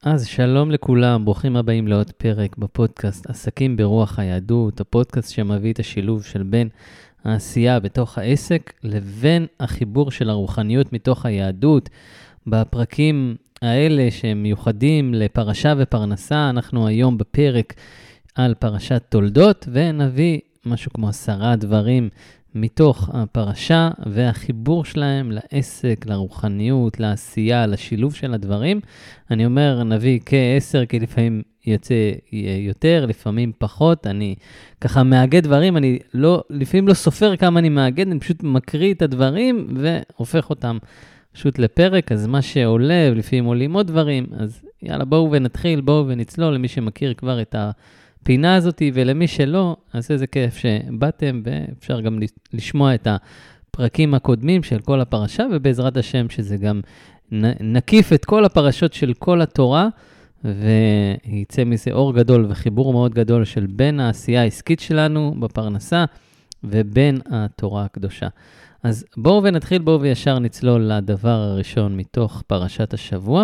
אז שלום לכולם, ברוכים הבאים לעוד פרק בפודקאסט עסקים ברוח היהדות, הפודקאסט שמביא את השילוב של בין העשייה בתוך העסק לבין החיבור של הרוחניות מתוך היהדות. בפרקים האלה שהם מיוחדים לפרשה ופרנסה, אנחנו היום בפרק על פרשת תולדות, ונביא משהו כמו 10 דברים מתוך הפרשה והחיבור שלהם לעסק, לרוחניות, לעשייה, לשילוב של הדברים. אני אומר נביא כ10, כי לפעמים יוצא יותר, לפעמים פחות. אני ככה מאגד דברים, אני לפעמים לא סופר כמה אני מאגד, אני פשוט מקריא את הדברים והופך אותם פשוט לפרק. אז מה שעולה, לפעמים עולים עוד דברים, אז יאללה בואו ונתחיל, בואו ונצלול למי שמכיר כבר את הפינה הזאת, ולמי שלא, אז איזה כיף שבאתם, ואפשר גם לשמוע את הפרקים הקודמים של כל הפרשה, ובעזרת השם שזה גם נקיף את כל הפרשות של כל התורה, ויצא מזה אור גדול וחיבור מאוד גדול של בין העשייה העסקית שלנו בפרנסה, ובין התורה הקדושה. אז בואו ונתחיל, בואו וישר נצלול לדבר הראשון מתוך פרשת השבוע,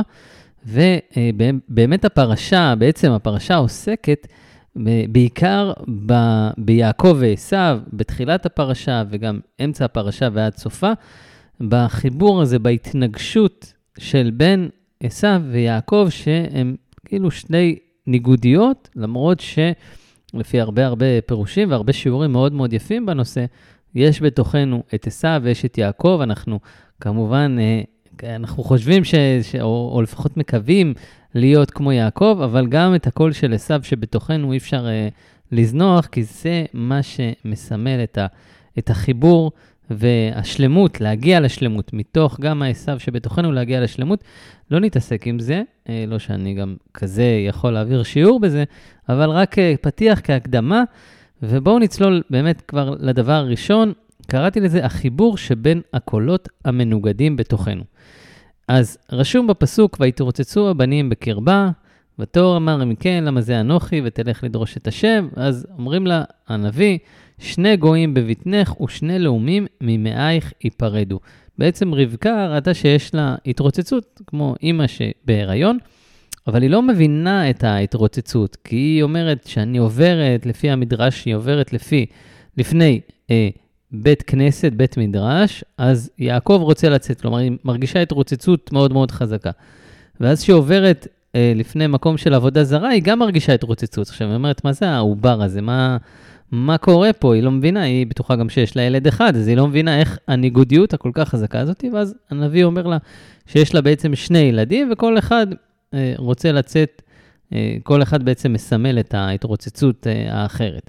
ובאמת הפרשה עוסקת בעיקר ביעקב ועשיו, בתחילת הפרשה וגם אמצע הפרשה ועד סופה, בחיבור הזה, בהתנגשות של בין עשיו ויעקב, שהם כאילו שני ניגודיות, למרות שלפי הרבה פירושים והרבה שיעורים מאוד מאוד יפים בנושא, יש בתוכנו את עשיו ויש את יעקב. אנחנו כמובן, אנחנו חושבים או לפחות מקווים להיות כמו יעקב, אבל גם את הקול של עשיו שבתוכנו אי אפשר לזנוח, כי זה מה שמסמל את החיבור והשלמות, להגיע לשלמות, מתוך גם העשיו שבתוכנו להגיע לשלמות. לא נתעסק עם זה, לא שאני גם כזה יכול להעביר שיעור בזה, אבל רק פתיח כהקדמה, ובואו נצלול באמת כבר לדבר הראשון. קראתי לזה החיבור שבין הקולות המנוגדים בתוכנו. אז רשום בפסוק, ויתרוצצו הבנים בקרבה, ותור אמר אם כן, למה זה אנוכי, ותלך לדרוש את השם. אז אומרים לה הנביא, 2 גויים בבטנך ושני לאומים ממאייך ייפרדו. בעצם רבקה ראתה שיש לה התרוצצות, כמו אמא שבהיריון, אבל היא לא מבינה את ההתרוצצות, כי היא אומרת שאני עוברת, לפי המדרש, היא עוברת לפני בית כנסת, בית מדרש, אז יעקב רוצה לצאת, כלומר היא מרגישה התרוצצות מאוד מאוד חזקה. ואז שהיא עוברת לפני מקום של עבודה זרה, היא גם מרגישה התרוצצות. עכשיו היא אומרת, מה זה העובר הזה? מה קורה פה? היא לא מבינה, היא בטוחה גם שיש לה ילד אחד, אז היא לא מבינה איך הניגודיות הכל כך חזקה הזאת, ואז הנביא אומר לה שיש לה בעצם 2 ילדים, וכל אחד רוצה לצאת, כל אחד בעצם מסמל את ההתרוצצות האחרת.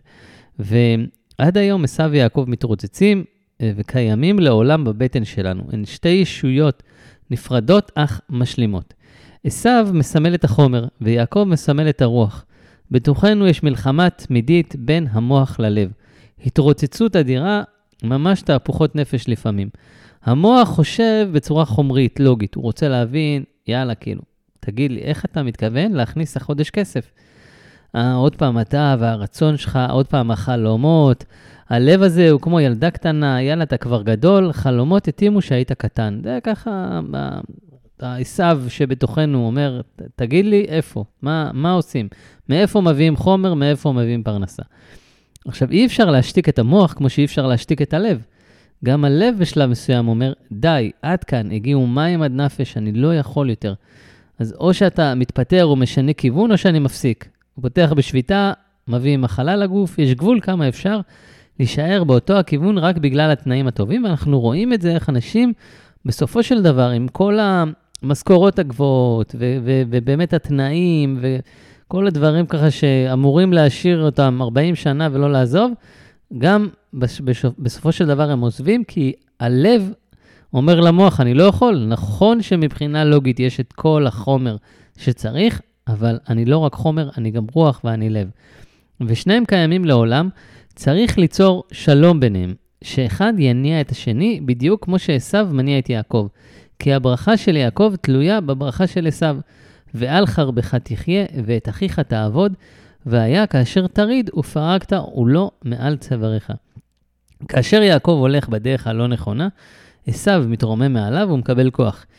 ועד היום עשיו ויעקב מתרוצצים וקיימים לעולם בבטן שלנו. הן 2 ישויות נפרדות אך משלימות. עשיו מסמל את החומר ויעקב מסמל את הרוח. בתוכנו יש מלחמה תמידית בין המוח ללב. התרוצצות אדירה, ממש תהפוכות נפש לפעמים. המוח חושב בצורה חומרית, לוגית. הוא רוצה להבין, יאללה כאילו, תגיד לי, איך אתה מתכוון להכניס החודש כסף? עוד פעם אתה והרצון שלך, עוד פעם החלומות. הלב הזה הוא כמו ילדה קטנה, יאללה אתה כבר גדול, חלומות התאימו שהיית קטן. זה ככה, העשיו שבתוכנו אומר, תגיד לי איפה, מה עושים? מאיפה מביאים חומר, מאיפה מביאים פרנסה? עכשיו אי אפשר להשתיק את המוח כמו שאי אפשר להשתיק את הלב. גם הלב בשלב מסוים אומר, די, עד כאן, הגיעו מים עד נפש, אני לא יכול יותר. אז או שאתה מתפטר או משנה כיוון, או שאני מפסיק. הוא פותח בשביתה, מביא מחלה לגוף, יש גבול כמה אפשר להישאר באותו הכיוון רק בגלל התנאים הטובים, ואנחנו רואים את זה איך אנשים בסופו של דבר, עם כל המשכורות הגבוהות, ובאמת התנאים, וכל הדברים ככה שאמורים להשאיר אותם 40 שנה ולא לעזוב, גם בסופו של דבר הם עוזבים, כי הלב אומר למוח, אני לא יכול. נכון שמבחינה לוגית יש את כל החומר שצריך, אבל אני לא רק חומר, אני גם רוח ואני לב. ושניהם קיימים לעולם, צריך ליצור שלום ביניהם, שאחד יניע את השני, בדיוק כמו שעשיו מניע את יעקב. כי הברכה של יעקב תלויה בברכה של עשיו. ועל חרבך תחיה ואת אחיך תעבוד, והיה כאשר תריד ופרקת ולא מעל צוואריך. כאשר יעקב הולך בדרך הלא נכונה, עשיו מתרומם מעליו ומקבל כוח.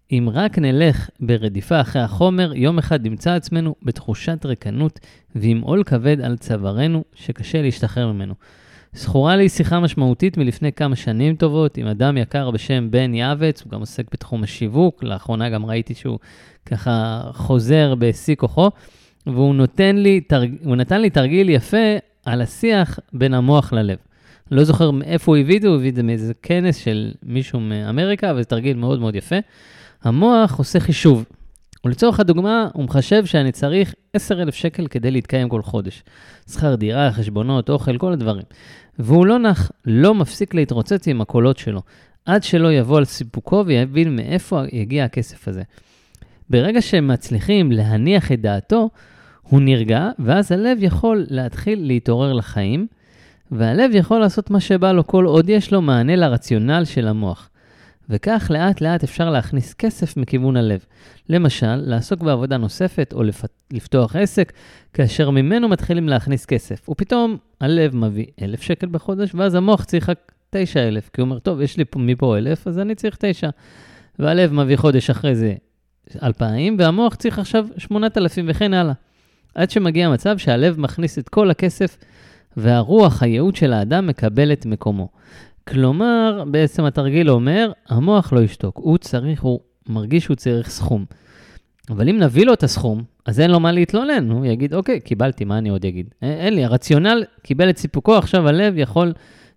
אם רק נלך ברדיפה אחרי החומר, יום אחד נמצא עצמנו בתחושת ריקנות ועם עול כבד על צווארנו שקשה להשתחרר ממנו. זכורה לי שיחה משמעותית מלפני כמה שנים טובות עם אדם יקר בשם בן יעבץ, הוא גם עוסק בתחום השיווק, לאחרונה גם ראיתי שהוא ככה חוזר בשיא כוחו, והוא נתן לי תרגיל יפה על השיח בין המוח ללב. לא זוכר מאיפה הוא הביא את זה מאיזה כנס של מישהו מאמריקה, אבל זה תרגיל מאוד מאוד יפה. המוח עושה חישוב, ולצורך הדוגמה, הוא מחשב שאני צריך 10,000 שקל כדי להתקיים כל חודש. שכר דירה, חשבונות, אוכל, כל הדברים. והוא לא מפסיק להתרוצץ עם הקולות שלו, עד שלא יבוא על סיפוקו ויבין מאיפה יגיע הכסף הזה. ברגע שהם מצליחים להניח את דעתו, הוא נרגע, ואז הלב יכול להתחיל להתעורר לחיים, והלב יכול לעשות מה שבא לו כל עוד יש לו מענה לרציונל של המוח. וכך לאט לאט אפשר להכניס כסף מכיוון הלב. למשל, לעסוק בעבודה נוספת או לפתוח עסק, כאשר ממנו מתחילים להכניס כסף. ופתאום הלב מביא 1,000 שקל בחודש, ואז המוח צריך רק 9,000, כי הוא אומר, טוב, יש לי מפה 1,000, אז אני צריך 9. והלב מביא חודש אחרי זה 2,000, והמוח צריך עכשיו 8,000 וכן הלאה. עד שמגיע המצב שהלב מכניס את כל הכסף, והרוח, הייעוד של האדם מקבל את מקומו. כלומר, בעצם התרגיל אומר, המוח לא ישתוק, הוא מרגיש שהוא צריך סכום. אבל אם נביא לו את הסכום, אז אין לו מה להתלונן, הוא יגיד, אוקיי, קיבלתי, מה אני עוד אגיד? אין לי, הרציונל קיבל את סיפוקו, עכשיו הלב יכול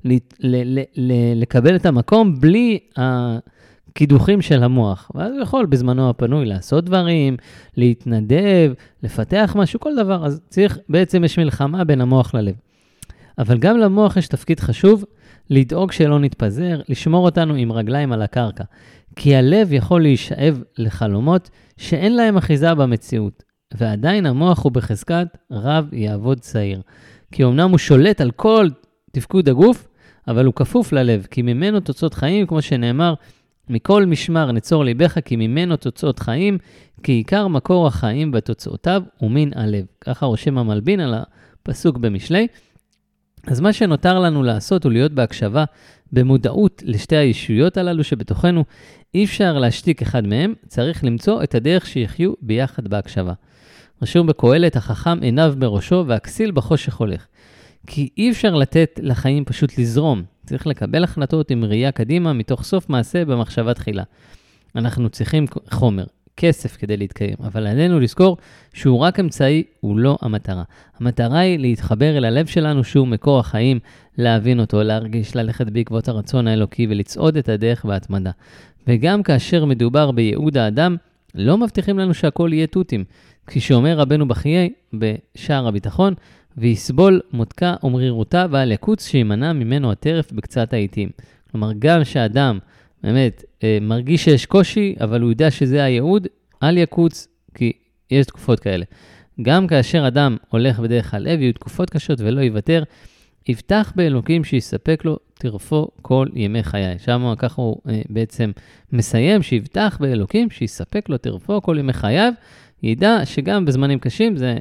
לקבל את המקום בלי הקידוחים של המוח. ואז הוא יכול בזמנו הפנוי לעשות דברים, להתנדב, לפתח משהו, כל דבר. אז בעצם יש מלחמה בין המוח ללב. אבל גם למוח יש תפקיד חשוב, לדאוג שלא נתפזר, לשמור אותנו עם רגליים על הקרקע. כי הלב יכול להישאב לחלומות שאין להם אחיזה במציאות. ועדיין המוח הוא בחזקת רב יעבוד צעיר. כי אמנם הוא שולט על כל תפקוד הגוף, אבל הוא כפוף ללב. כי ממנו תוצאות חיים, כמו שנאמר, מכל משמר נצור ליבך, כי ממנו תוצאות חיים, כי עיקר מקור החיים בתוצאותיו הוא מן הלב. ככה רושם המלבין על הפסוק במשלי. אז מה שנותר לנו לעשות הוא להיות בהקשבה, במודעות לשתי הישויות הללו שבתוכנו, אי אפשר להשתיק אחד מהם, צריך למצוא את הדרך שיחיו ביחד בהקשבה. רשום בקהלת, החכם עיניו בראשו והכסיל בחושך הולך. כי אי אפשר לתת לחיים פשוט לזרום, צריך לקבל החלטות עם ראייה קדימה מתוך סוף מעשה במחשבה תחילה. אנחנו צריכים חומר, כסף כדי להתקיים, אבל עלינו לזכור שהוא רק אמצעי, הוא לא המטרה. המטרה היא להתחבר אל הלב שלנו שהוא מקור החיים, להבין אותו, להרגיש, ללכת בעקבות הרצון האלוקי ולצעוד את הדרך בהתמדה. וגם כאשר מדובר בייעוד האדם, לא מבטיחים לנו שהכל יהיה תותים. כפי שאומר רבנו בחיי בשער הביטחון, ויסבול מותקה ומרירותה ועל יקוץ שימנע ממנו הטרף בקצת העיתים. כלומר, גם שהאדם באמת מרגיש שיש קושי, אבל הוא יודע שזה הייעוד, אל יקוץ, כי יש תקופות כאלה. גם כאשר אדם הולך בדרך הלב, יהיו תקופות קשות ולא יוותר, יבטח באלוקים שיספק לו טרפו כל ימי חיי. שם ככה הוא בעצם מסיים, שיבטח באלוקים שיספק לו טרפו כל ימי חייו, ידע שגם בזמנים קשים זה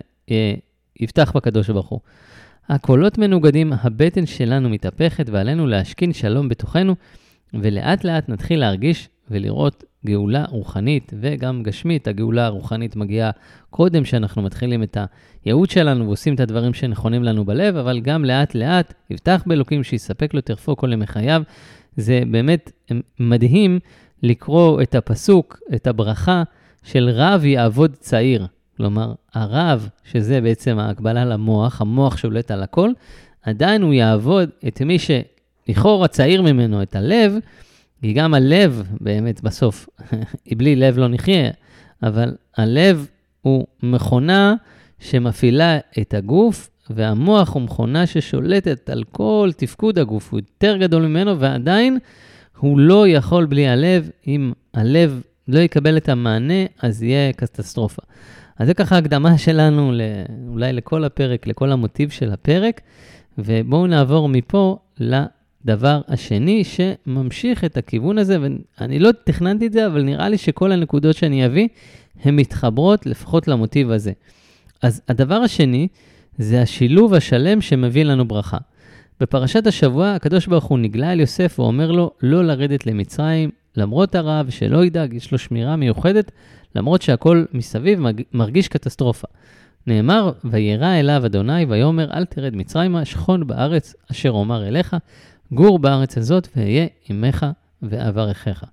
יבטח בקדוש ברוך הוא. הקולות מנוגדים, הבטן שלנו מתהפכת ועלינו להשכין שלום בתוכנו, ולאט לאט נתחיל להרגיש ולראות גאולה רוחנית וגם גשמית. הגאולה הרוחנית מגיעה קודם שאנחנו מתחילים את הייעוד שלנו ועושים את הדברים שנכונים לנו בלב, אבל גם לאט לאט יבטח באלוקים שיספק לו טרפו כל ימי חייו. זה באמת מדהים לקרוא את הפסוק, את הברכה של רב יעבוד צעיר. כלומר, הרב, שזה בעצם ההקבלה למוח, המוח שולט על הכל, עדיין הוא יעבוד את מי שלכאורה צעיר ממנו, את הלב, כי גם הלב באמת בסוף, בלי לב לא נחיה, אבל הלב הוא מכונה שמפעילה את הגוף, והמוח הוא מכונה ששולטת על כל תפקוד הגוף, הוא יותר גדול ממנו, ועדיין הוא לא יכול בלי הלב. אם הלב לא יקבל את המענה, אז יהיה קטסטרופה. אז זה ככה הקדמה שלנו אולי לכל הפרק, לכל המוטיב של הפרק, ובואו נעבור מפה לדבר השני שממשיך את הכיוון הזה, ואני לא תכננתי את זה, אבל נראה לי שכל הנקודות שאני אביא, הן מתחברות לפחות למוטיב הזה. אז הדבר השני, זה השילוב השלם שמביא לנו ברכה. בפרשת השבוע, הקדוש ברוך הוא נגלה אל יוסף ואומר לו לא לרדת למצרים, למרות הרעב, שלא ידאג, יש לו שמירה מיוחדת, למרות שהכל מסביב מרגיש קטסטרופה. נאמר, וירא אליו אדוני, ויאמר, אל תרד מצרימה, שכון בארץ אשר אומר אליך, גור בארץ הזאת, ואהיה עמך ואברכך.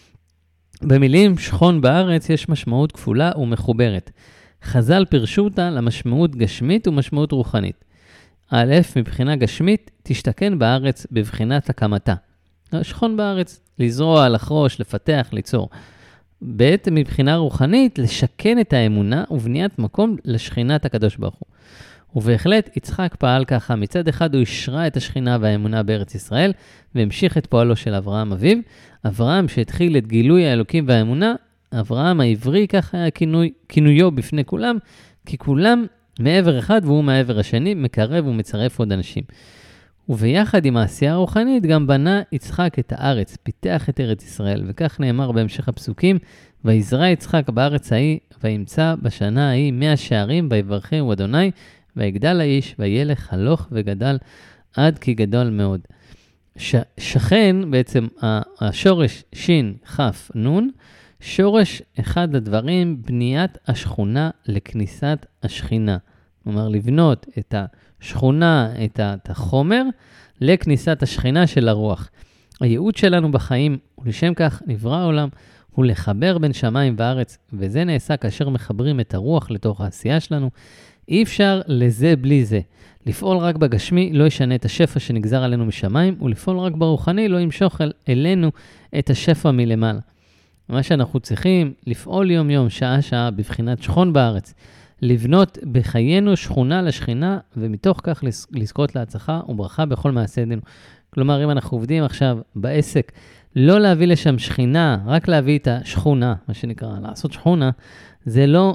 במילים שכון בארץ יש משמעות כפולה ומחוברת. חז"ל פירשו אותה למשמעות גשמית ומשמעות רוחנית. א', מבחינה גשמית, תשתכן בארץ בבחינת הקמתה. שכון בארץ, לזרוע, לחרוש, לפתח, ליצור. ב', מבחינה רוחנית, לשכן את האמונה ובניית מקום לשכינת הקדוש ברוך הוא. ובהחלט יצחק פעל ככה, מצד אחד הוא השרה את השכינה והאמונה בארץ ישראל, והמשיך את פועלו של אברהם אביו. אברהם שהתחיל את גילוי האלוקים והאמונה, אברהם העברי ככה היה כינויו בפני כולם, כי כולם מעבר אחד והוא מעבר השני, מקרב ומצרף עוד אנשים. וביחד עם העשייה הרוחנית גם בנה יצחק את הארץ, פיתח את ארץ ישראל, וכך נאמר בהמשך הפסוקים, ויזרע יצחק בארץ ההיא, וימצא בשנה ההיא 100 שערים, ויברכהו אדוני, ויגדל האיש, וילך הלוך וגדל, עד כי גדול מאוד. שכן, בעצם השורש שין חף נון, שורש אחד הדברים, בניית השכונה לכניסת השכינה. כלומר, לבנות את השכונה, את החומר, לכניסת השכינה של הרוח. הייעוד שלנו בחיים, ולשם כך נברא העולם, הוא לחבר בין שמיים וארץ, וזה נעשה כאשר מחברים את הרוח לתוך העשייה שלנו. אי אפשר לזה בלי זה. לפעול רק בגשמי לא ישנה את השפע שנגזר עלינו משמיים, ולפעול רק ברוחני לא ימשוך אלינו את השפע מלמעלה. מה שאנחנו צריכים, לפעול יום יום, שעה שעה, בבחינת שכון בארץ, לבנות בחיינו שכונה לשכינה, ומתוך כך לזכות להצלחה וברכה בכל מעשה ידינו. כלומר, אם אנחנו עובדים עכשיו בעסק, לא להביא לשם שכינה, רק להביא את השכונה, מה שנקרא, לעשות שכונה, זה לא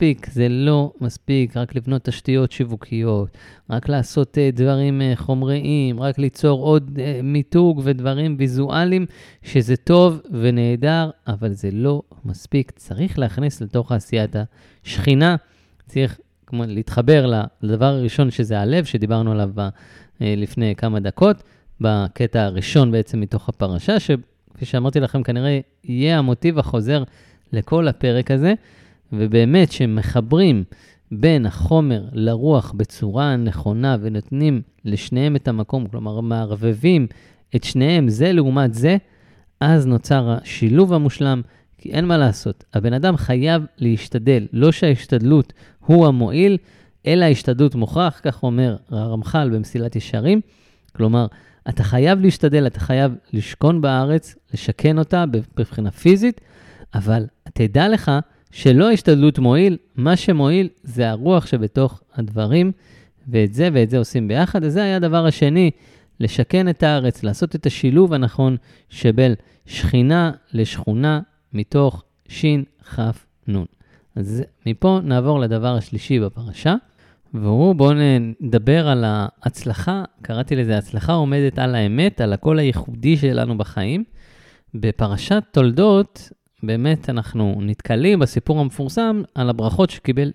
מספיק, רק לבנות תשתיות שיווקיות, רק לעשות דברים חומריים, רק ליצור עוד מיתוג ודברים ויזואליים, שזה טוב ונהדר, אבל זה לא מספיק. צריך להכניס לתוך עשיית השכינה, צריך כמו להתחבר לדבר הראשון שזה הלב, שדיברנו עליו לפני כמה דקות, בקטע הראשון בעצם מתוך הפרשה, שכפי שאמרתי לכם כנראה יהיה המוטיב החוזר לכל הפרק הזה, ובאמת שמחברים בין החומר לרוח בצורה נכונה ונותנים לשניהם את המקום, כלומר מערבבים את שניהם זה לעומת זה, אז נוצר השילוב המושלם, כי אין מה לעשות. הבן אדם חייב להשתדל, לא שההשתדלות הוא המועיל, אלא ההשתדלות מוכרח, כך אומר הרמח"ל במסילת ישרים, כלומר, אתה חייב להשתדל, אתה חייב לשכון בארץ, לשכן אותה בבחינה פיזית, אבל תדע לך שלא השתדלות מועיל, מה שמועיל זה הרוח שבתוך הדברים, ואת זה עושים ביחד. אז זה היה הדבר השני, לשכן את הארץ, לעשות את השילוב הנכון שבל שכינה לשכונה מתוך שין חף נון. אז מפה נעבור לדבר השלישי בפרשה, בואו נדבר על ההצלחה, קראתי לזה הצלחה עומדת על האמת, על הכל הייחודי שלנו בחיים. בפרשת תולדות, באמת אנחנו נתקלים בסיפור המפורסם על הברכות שקיבל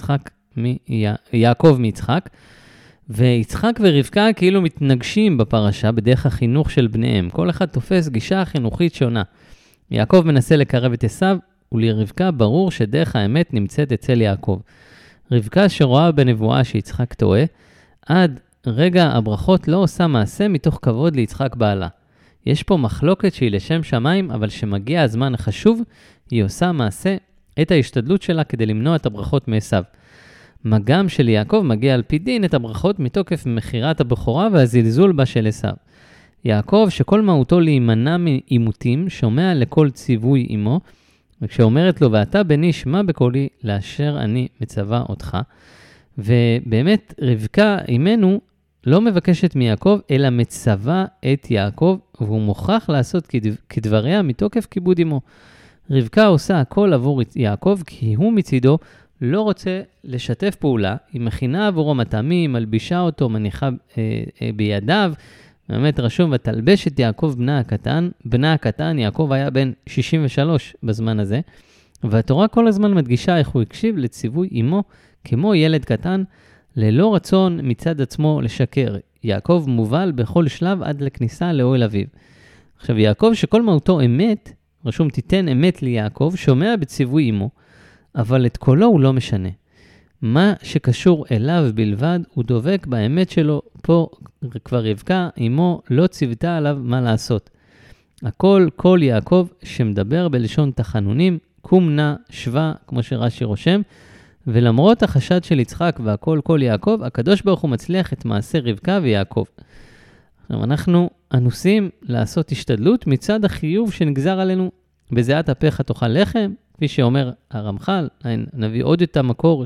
יעקב מיצחק, ויצחק ורבקה כאילו מתנגשים בפרשה בדרך החינוך של בניהם. כל אחד תופס גישה חינוכית שונה. יעקב מנסה לקרב את עשיו, ולרבקה ברור שדרך האמת נמצאת אצל יעקב. רבקה שרואה בנבואה שיצחק טועה, עד רגע הברכות לא עושה מעשה מתוך כבוד ליצחק בעלה. יש פה מחלוקת שהיא לשם שמיים, אבל שמגיע הזמן החשוב, היא עושה מעשה את ההשתדלות שלה כדי למנוע את הברכות מעשיו. מה גם של יעקב מגיע על פי דין את הברכות מתוקף מחירת הבכורה והזלזול בה של עשיו. יעקב שכל מהותו להימנע מעימותים, שומע לכל ציווי עמו, וכשאומרת לו, ואתה בני שמע בקולי לאשר אני מצווה אותך. ובאמת רבקה אימנו לא מבקשת מיעקב, אלא מצווה את יעקב, והוא מוכרח לעשות כדבריה מתוקף כיבוד עמו. רבקה עושה הכל עבור יעקב, כי הוא מצידו לא רוצה לשתף פעולה, היא מכינה עבורו מטעמים, מלבישה אותו, מניחה בידיו, באמת רשום, ותלבש את יעקב בנה הקטן, יעקב היה בן 63 בזמן הזה, והתורה כל הזמן מדגישה איך הוא הקשיב לציווי אמו, כמו ילד קטן, ללא רצון מצד עצמו לשקר. יעקב מובל בכל שלב עד לכניסה לאוהל אביו. עכשיו, יעקב שכל מהותו אמת, רשום תיתן אמת ליעקב, שומע בציווי אמו, אבל את קולו הוא לא משנה. מה שקשור אליו בלבד, הוא דובק באמת שלו. פה כבר רבקה, אמו לא ציוותה עליו מה לעשות. הכל, קול יעקב, שמדבר בלשון תחנונים, קום נא שווה, כמו שרש"י רושם, ולמרות החשד של יצחק והכל קול יעקב, הקדוש ברוך הוא מצליח את מעשה רבקה ויעקב. עכשיו, אנחנו אנוסים לעשות השתדלות מצד החיוב שנגזר עלינו, בזיעת אפיך תאכל לחם, כפי שאומר הרמח"ל, נביא עוד את המקור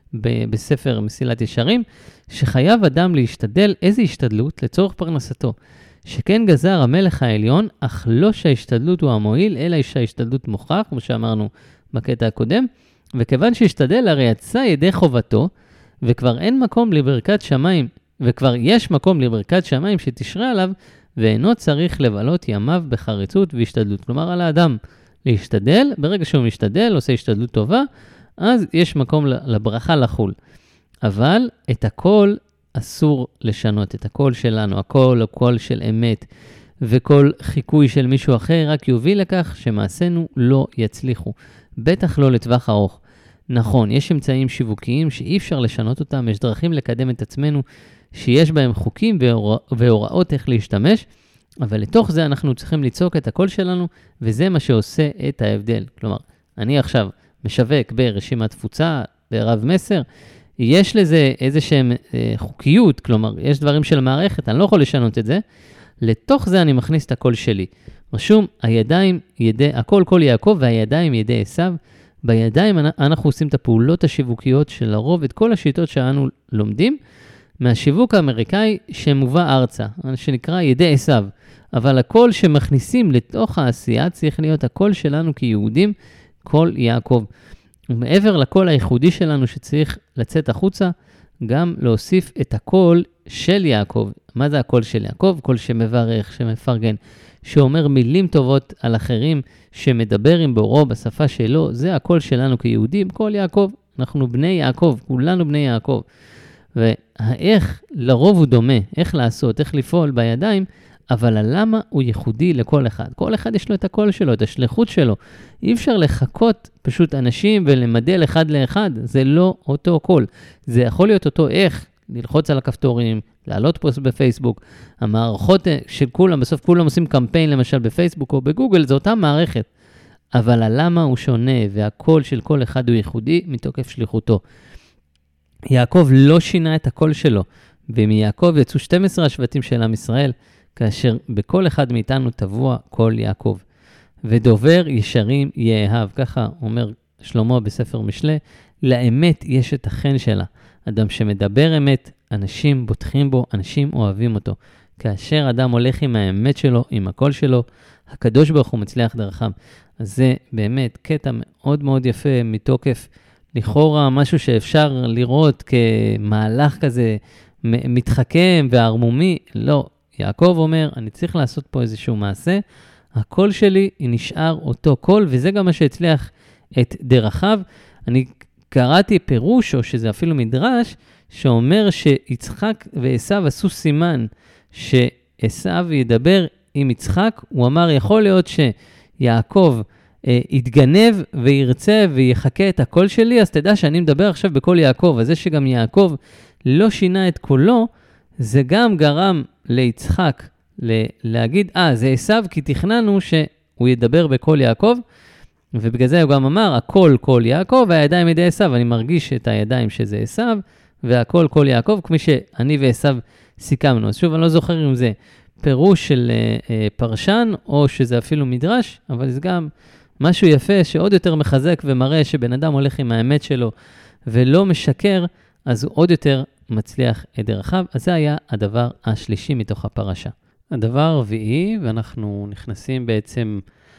בספר מסילת ישרים, שחייב אדם להשתדל איזו השתדלות לצורך פרנסתו, שכן גזר המלך העליון, אך לא שההשתדלות הוא המועיל, אלא שההשתדלות מוכרח, כמו שאמרנו בקטע הקודם, וכיוון שהשתדל הרי יצא ידי חובתו, וכבר אין מקום לברכת שמיים, וכבר יש מקום לברכת שמיים שתשרה עליו, ואינו צריך לבלות ימיו בחריצות והשתדלות. כלומר, על האדם להשתדל, ברגע שהוא משתדל, עושה השתדלות טובה, אז יש מקום לברכה לחול. אבל את הכל אסור לשנות, את הכל שלנו, הכל של אמת, וכל חיקוי של מישהו אחר רק יוביל לכך שמעשינו לא יצליחו. בטח לא לטווח ארוך. נכון, יש אמצעים שיווקיים שאי אפשר לשנות אותם, יש דרכים לקדם את עצמנו שיש בהם חוקים והוראות איך להשתמש, אבל לתוך זה אנחנו צריכים ליצוק את הקול שלנו, וזה מה שעושה את ההבדל. כלומר, אני עכשיו משווק ברשימת תפוצה, ברב מסר, יש לזה איזושהי חוקיות, כלומר, יש דברים של המערכת, אני לא יכול לשנות את זה, לתוך זה אני מכניס את הקול שלי. רשום, הידיים, הקול קול יעקב והידיים ידי עשיו, בידיים אנחנו עושים את הפעולות השיווקיות של הרוב, את כל השיטות שאנו לומדים, מהשיווק האמריקאי שמובא ארצה, שנקרא ידי עשיו. אבל הקול שמכניסים לתוך העשייה צריך להיות הקול שלנו כיהודים, קול יעקב. ומעבר לקול הייחודי שלנו שצריך לצאת החוצה, גם להוסיף את הקול של יעקב. מה זה הקול של יעקב? קול שמברך, שמפרגן, שאומר מילים טובות על אחרים, שמדבר עם בוראו בשפה שלו, זה הקול שלנו כיהודים, קול יעקב. אנחנו בני יעקב, כולנו בני יעקב. ואיך לרוב הוא דומה, איך לעשות, איך לפעול בידיים, אבל הלמה הוא ייחודי לכל אחד. כל אחד יש לו את הקול שלו, את השליחות שלו. אי אפשר לחכות פשוט אנשים ולמדל אחד לאחד, זה לא אותו קול. זה יכול להיות אותו איך, ללחוץ על הכפתורים, לעלות פוסט בפייסבוק, המערכות של כולם, בסוף כולם עושים קמפיין למשל בפייסבוק או בגוגל, זה אותה מערכת. אבל הלמה הוא שונה, והקול של כל אחד הוא ייחודי מתוקף שליחותו. יעקב לא שינה את הקול שלו, ומיעקב יצאו 12 השבטים של עם ישראל, כאשר בכל אחד מאיתנו טבוע קול יעקב. ודובר ישרים יאהב, ככה אומר שלמה בספר משלי, לאמת יש את החן שלה. אדם שמדבר אמת, אנשים בוטחים בו, אנשים אוהבים אותו. כאשר אדם הולך עם האמת שלו, עם הקול שלו, הקדוש ברוך הוא מצליח דרכם. אז זה באמת קטע מאוד מאוד יפה מתוקף לכאורה משהו שאפשר לראות כמהלך כזה מתחכם והרמומי. לא, יעקב אומר, אני צריך לעשות פה איזשהו מעשה, הקול שלי נשאר אותו קול, וזה גם מה שהצליח את דרכיו. אני קראתי פירוש, או שזה אפילו מדרש, שאומר שיצחק ועשיו עשו סימן שעשיו ידבר עם יצחק. הוא אמר, יכול להיות שיעקב יתגנב וירצה ויחכה את הקול שלי, אז תדע שאני מדבר עכשיו בקול יעקב. אז זה שגם יעקב לא שינה את קולו, זה גם גרם ליצחק להגיד, זה עשיו, כי תכננו שהוא ידבר בקול יעקב, ובגלל זה הוא גם אמר, הקול קול יעקב, והידיים ידי עשיו. אני מרגיש את הידיים שזה עשיו, והקול קול יעקב, כמי שאני ועשיו סיכמנו. אז שוב, אני לא זוכר אם זה פירוש של פרשן, או שזה אפילו מדרש, אבל זה גם משהו יפה שעוד יותר מחזק ומראה שבן אדם הולך עם האמת שלו, ולא משקר, אז הוא עוד יותר מצליח את דרכיו. אז זה היה הדבר השלישי מתוך הפרשה. הדבר הרביעי, ואנחנו נכנסים בעצם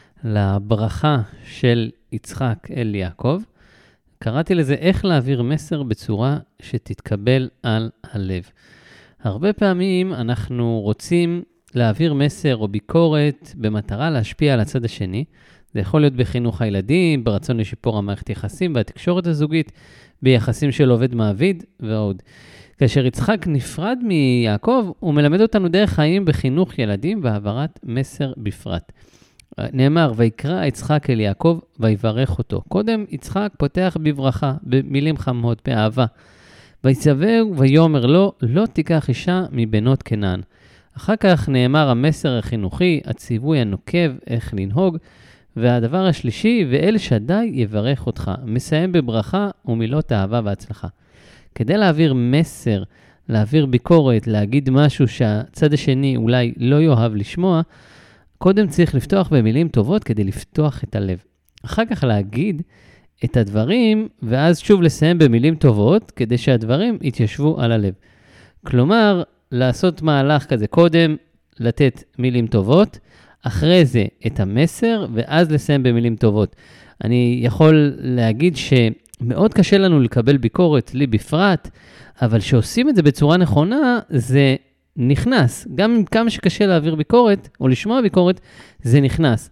לברכה של יצחק אל יעקב, קראתי לזה איך להעביר מסר בצורה שתתקבל על הלב. הרבה פעמים אנחנו רוצים להעביר מסר או ביקורת במטרה להשפיע על הצד השני. זה יכול להיות בחינוך הילדים, ברצון לשיפור המערכת יחסים, בתקשורת הזוגית, ביחסים של עובד מעביד ועוד. כאשר יצחק נפרד מיעקב, הוא מלמד אותנו דרך חיים בחינוך ילדים והעברת מסר בפרט. נאמר, ויקרא יצחק אל יעקב ויברך אותו. קודם יצחק פותח בברכה, במילים חמות, באהבה. ויצווהו ויאמר לו, לא תיקח אישה מבנות כנען. אחר כך נאמר המסר החינוכי, הציווי הנוקב, איך לנהוג. והדבר השלישי, ואל שדי יברך אותך. מסיים בברכה ומילות אהבה והצלחה. כדי להעביר מסר, להעביר ביקורת, להגיד משהו שהצד השני אולי לא יאהב לשמוע, קודם צריך לפתוח במילים טובות כדי לפתוח את הלב. אחר כך להגיד את הדברים, ואז שוב לסיים במילים טובות, כדי שהדברים יתיישבו על הלב. כלומר, לעשות מהלך כזה, קודם לתת מילים טובות, אחרי זה את המסר, ואז לסיים במילים טובות. אני יכול להגיד שמאוד קשה לנו לקבל ביקורת, לי בפרט, אבל שעושים את זה בצורה נכונה, זה נכנס. גם כמה שקשה להעביר ביקורת, או לשמוע ביקורת, זה נכנס.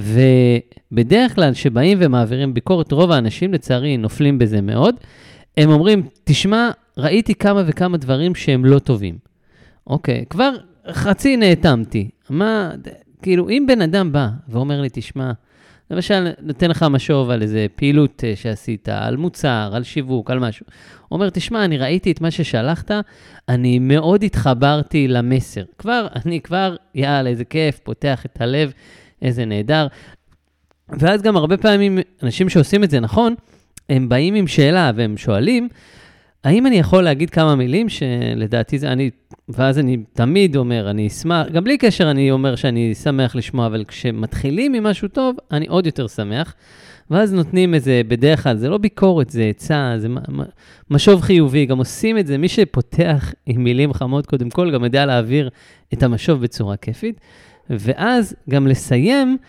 ובדרך כלל שבאים ומעבירים ביקורת, רוב האנשים לצערי נופלים בזה מאוד. הם אומרים, תשמע, ראיתי כמה וכמה דברים שהם לא טובים. אוקיי, כבר חצי נאטמתי. מה, כאילו, אם בן אדם בא ואומר לי, תשמע, למשל, נותן לך משוב על איזה פעילות שעשית, על מוצר, על שיווק, על משהו. הוא אומר, תשמע, אני ראיתי את מה ששלחת, אני מאוד התחברתי למסר. אני כבר, יאללה, איזה כיף, פותח את הלב, איזה נהדר. ואז גם הרבה פעמים, אנשים שעושים את זה נכון, הם באים עם שאלה והם שואלים, האם אני יכול להגיד כמה מילים שלדעתי זה אני, ואז אני תמיד אומר, אני אשמח, גם בלי קשר אני אומר שאני שמח לשמוע, אבל כשמתחילים ממשהו טוב, אני עוד יותר שמח, ואז נותנים איזה, בדרך כלל, זה לא ביקורת, זה עצה, זה משוב חיובי, גם עושים את זה, מי שפותח עם מילים חמות קודם כל, גם יודע להעביר את המשוב בצורה כיפית, ואז גם לסיים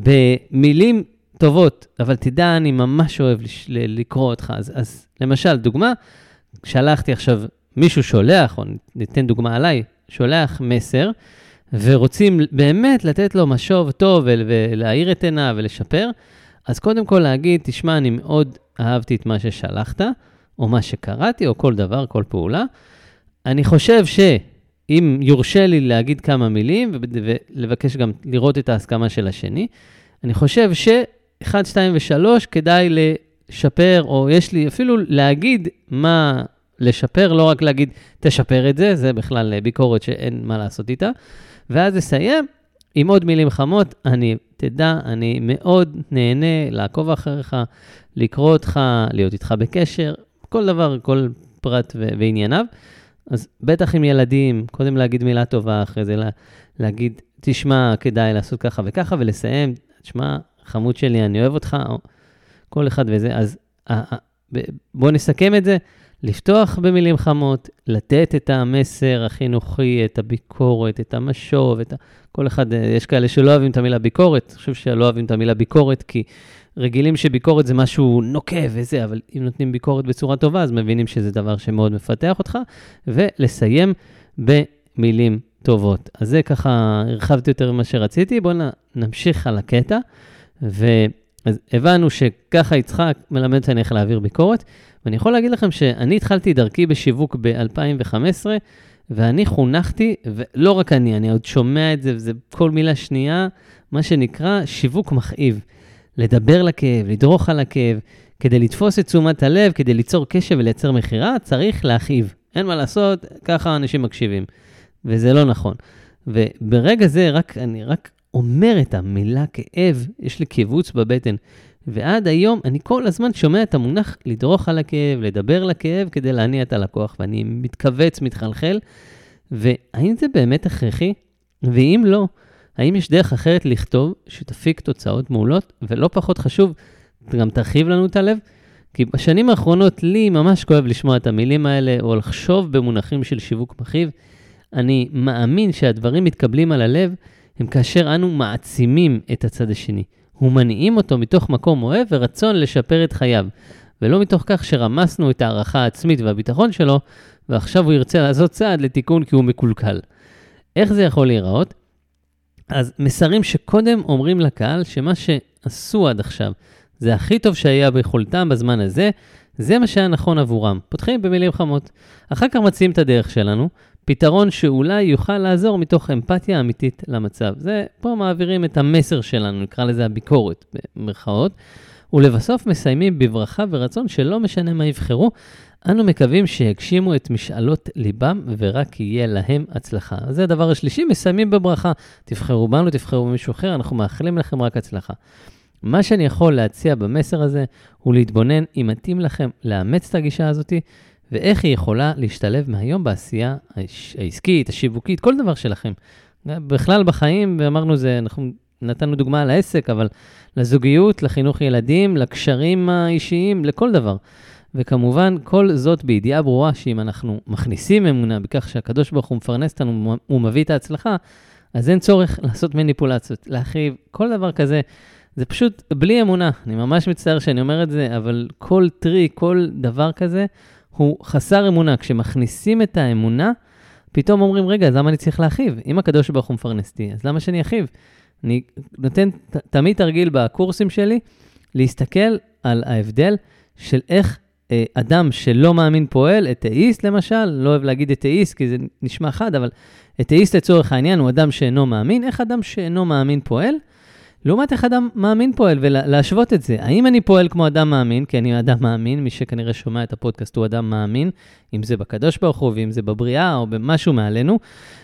במילים טובות, אבל תדע, אני ממש אוהב לקרוא אותך, אז למשל, דוגמה, שלחתי עכשיו, מישהו שולח, או ניתן דוגמה עליי, שולח מסר, ורוצים באמת לתת לו משוב טוב, ולהאיר את עיניו ולשפר, אז קודם כל להגיד, תשמע, אני מאוד אהבתי את מה ששלחת, או מה שקראתי, או כל דבר, כל פעולה. אני חושב שאם יורשה לי להגיד כמה מילים, ולבקש גם לראות את ההסכמה של השני, אני חושב ש1, 2 ו3 כדאי לשפר, או יש לי אפילו להגיד מה לשפר, לא רק להגיד תשפר את זה, זה בכלל ביקורת שאין מה לעשות איתה. ואז לסיים עם עוד מילים חמות, תדע, אני מאוד נהנה לעקוב אחריך, לקרוא אותך, להיות איתך בקשר, כל דבר, כל פרט וענייניו. אז בטח עם ילדים, קודם להגיד מילה טובה, אחרי זה להגיד, תשמע, כדאי לעשות ככה וככה, ולסיים, תשמע, חמוד שלי, אני אוהב אותך, או כל אחד וזה. אז בוא נסכם את זה, לפתוח במילים חמות, לתת את המסר החינוכי, את הביקורת, את המשוב, כל אחד, יש כאלה שלא אוהבים את המילה ביקורת, אני חושב שלא אוהבים את המילה ביקורת, כי רגילים שביקורת זה משהו נוקב וזה, אבל אם נותנים ביקורת בצורה טובה, אז מבינים שזה דבר שמאוד מפתח אותך, ולסיים במילים טובות. אז זה ככה, הרחבתי יותר ממה שרציתי, בואו נמשיך על הקטע, אז הבנו שככה יצחק מלמד אותנו איך להעביר ביקורת, ואני יכול להגיד לכם שאני התחלתי דרכי בשיווק ב-2015, ואני חונכתי, ולא רק אני עוד שומע את זה, וזה כל מילה שנייה, מה שנקרא שיווק מכאיב. לדבר לכאב, לדרוך על הכאב, כדי לתפוס את תשומת הלב, כדי ליצור קשב ולייצר מחירה, צריך להכאיב. אין מה לעשות, ככה אנשים מקשיבים. וזה לא נכון. וברגע זה אני רק אומר את המילה כאב, יש לי קיבוץ בבטן. ועד היום אני כל הזמן שומע את המונח לדרוך על הכאב, לדבר לכאב כדי להניע את הלקוח, ואני מתכווץ, מתחלחל, והאם זה באמת הכרחי? ואם לא, האם יש דרך אחרת לכתוב שתפיק תוצאות מעולות, ולא פחות חשוב, גם תרחיב לנו את הלב? כי בשנים האחרונות לי ממש כואב לשמוע את המילים האלה, או לחשוב במונחים של שיווק מכאיב. אני מאמין שהדברים מתקבלים על הלב, הם כאשר אנו מעצימים את הצד השני. ומניעים אותו מתוך מקום אוהב ורצון לשפר את חייו, ולא מתוך כך שרמסנו את הערכה העצמית והביטחון שלו, ועכשיו הוא ירצה לעשות צעד לתיקון כי הוא מקולקל. איך זה יכול להיראות? אז מסרים שקודם אומרים לקהל שמה שעשו עד עכשיו, זה הכי טוב שהיה ביכולתם בזמן הזה, זה מה שהיה נכון עבורם. פותחים במילים חמות. אחר כך מציעים את הדרך שלנו, פתרון שאולי יוכל לעזור מתוך אמפתיה אמיתית למצב. זה, פה מעבירים את המסר שלנו, נקרא לזה הביקורת במרכאות, ולבסוף מסיימים בברכה ורצון שלא משנה מה יבחרו, אנו מקווים שיגשימו את משאלות ליבם ורק יהיה להם הצלחה. אז זה הדבר השלישי, מסיימים בברכה. תבחרו בנו, תבחרו במישהו אחר, אנחנו מאחלים לכם רק הצלחה. מה שאני יכול להציע במסר הזה הוא להתבונן אם מתאים לכם לאמץ את הגישה הזאת, ואיך היא יכולה להשתלב מהיום בעשייה העסקית, השיווקית, כל דבר שלכם. בכלל בחיים, ואמרנו זה, אנחנו נתנו דוגמה על העסק, אבל לזוגיות, לחינוך ילדים, לקשרים האישיים, לכל דבר. וכמובן, כל זאת בידיעה ברורה שאם אנחנו מכניסים אמונה בכך שהקדוש ברוך הוא מפרנס אותנו, הוא מביא את ההצלחה, אז אין צורך לעשות מניפולציות, להחריב, כל דבר כזה. זה פשוט בלי אמונה. אני ממש מצטער שאני אומר את זה, אבל כל טריק, כל דבר כזה, הוא חסר אמונה. כשמכניסים את האמונה, פתאום אומרים, רגע, אז למה אני צריך להחיב? אם הקדוש ברוך הוא מפרנס אותי, אז למה שאני אחיב? אני נותן תמיד תרגיל בקורסים שלי, להסתכל על ההבדל של איך אדם שלא מאמין פועל, אתאיסט למשל, לא אוהב להגיד אתאיסט, כי זה נשמע חד, אבל אתאיסט לצורך העניין הוא אדם שאינו מאמין. איך אדם שאינו מאמין פועל? לעומת איך אדם מאמין פועל, ולהשוות את זה. האם אני פועל כמו אדם מאמין? כי אני אדם מאמין, מי שכנראה שומע את הפודקאסט הוא אדם מאמין, אם זה בקדוש ברוך הוא, ואם זה בבריאה, או במשהו מעלינו.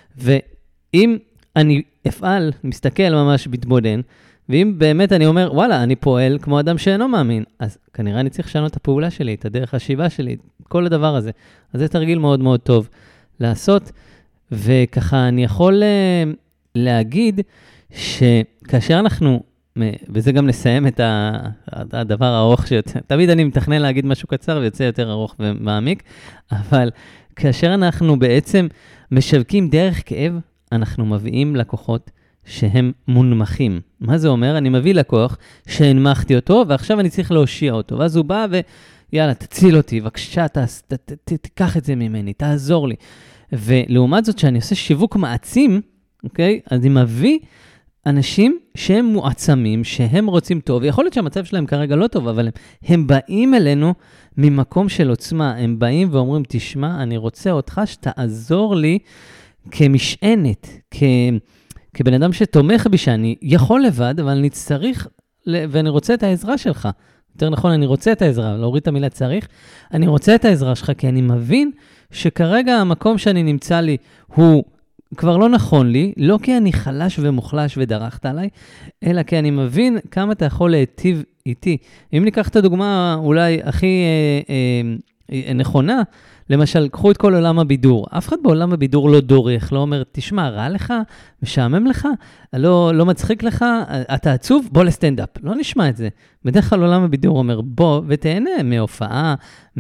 ואם אני אפעל, מסתכל ממש בתבונן, ואם באמת אני אומר, וואלה, אני פועל כמו אדם שאינו מאמין, אז כנראה אני צריך לשנות את הפעולה שלי, את הדרך השיבה שלי, כל הדבר הזה. אז זה תרגיל מאוד מאוד טוב לעשות, וככה אני יכול להגיד שכאשר אנחנו, וזה גם לסיים את הדבר הארוך, תמיד אני מתכנן להגיד משהו קצר ויוצא יותר ארוך ומעמיק, אבל כאשר אנחנו בעצם משווקים דרך כאב, אנחנו מביאים לקוחות שהם מונמכים. מה זה אומר? אני מביא לקוח שהנמכתי אותו, ועכשיו אני צריך להושיע אותו. ואז הוא בא ויאללה, תציל אותי, בבקשה, תיקח את זה ממני, תעזור לי. ולעומת זאת, שאני עושה שיווק מעצים, אוקיי? אז אני מביא אנשים שהם מועצמים, שהם רוצים טוב, יכול להיות שהמצב שלהם כרגע לא טוב, אבל הם באים אלינו ממקום של עוצמה, הם באים ואומרים, תשמע, אני רוצה אותך שתעזור לי כמשענת, כבן אדם שתומך בי שאני יכול לבד, אבל אני צריך, ואני רוצה את העזרה שלך. יותר נכון, אני רוצה את העזרה, להוריד את המילה צריך, אני רוצה את העזרה שלך, כי אני מבין שכרגע המקום שאני נמצא לי הוא כבר לא נכון לי, לא כי אני חלש ומוחלש ודרכת עליי, אלא כי אני מבין כמה אתה יכול להיטיב איתי. אם ניקח את הדוגמה אולי הכי נכונה, למשל, קחו את כל עולם הבידור. אף אחד בעולם הבידור לא דורך, לא אומר, תשמע, רע לך, משעמם לך, לא מצחיק לך, אתה עצוב, בוא לסטנדאפ. לא נשמע את זה. בדרך כלל עולם הבידור אומר, בוא ותהנה מהופעה,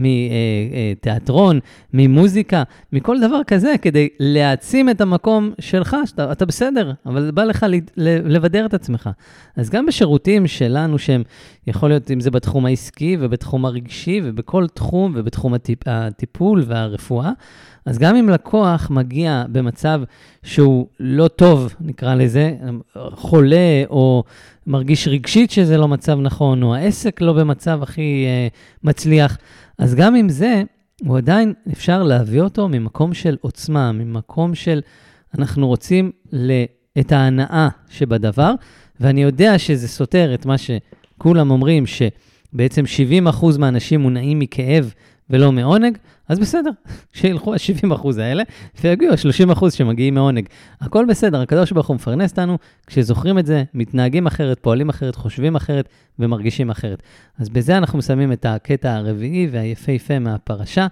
מתיאטרון, ממוזיקה, מכל דבר כזה, כדי להעצים את המקום שלך, שאתה בסדר, אבל בא לך לבדר את עצמך. אז גם בשירותים שלנו, שהם יכול להיות, אם זה בתחום העסקי ובתחום הרגשי, ובכל תחום ובתחום הטיפול והרפואה, אז גם אם לקוח מגיע במצב שהוא לא טוב, נקרא לזה, חולה או מרגיש רגשית שזה לא מצב נכון, או העסק לא במצב הכי מצליח, אז גם עם זה, הוא עדיין אפשר להביא אותו ממקום של עוצמה, ממקום של אנחנו רוצים את ההנאה שבדבר, ואני יודע שזה סותר את מה שכולם אומרים, שבעצם 70% מהאנשים מונעים מכאב ולא מעונג, אז בסדר, שילכו ה-70% האלה, ויגיעו ה-30% שמגיעים מעונג. הכל בסדר, הקדוש ברוך הוא מפרנס אותנו, כשזוכרים את זה, מתנהגים אחרת, פועלים אחרת, חושבים אחרת, ומרגישים אחרת. אז בזה אנחנו מסיימים את הקטע הרביעי והיפהפה מהפרשה,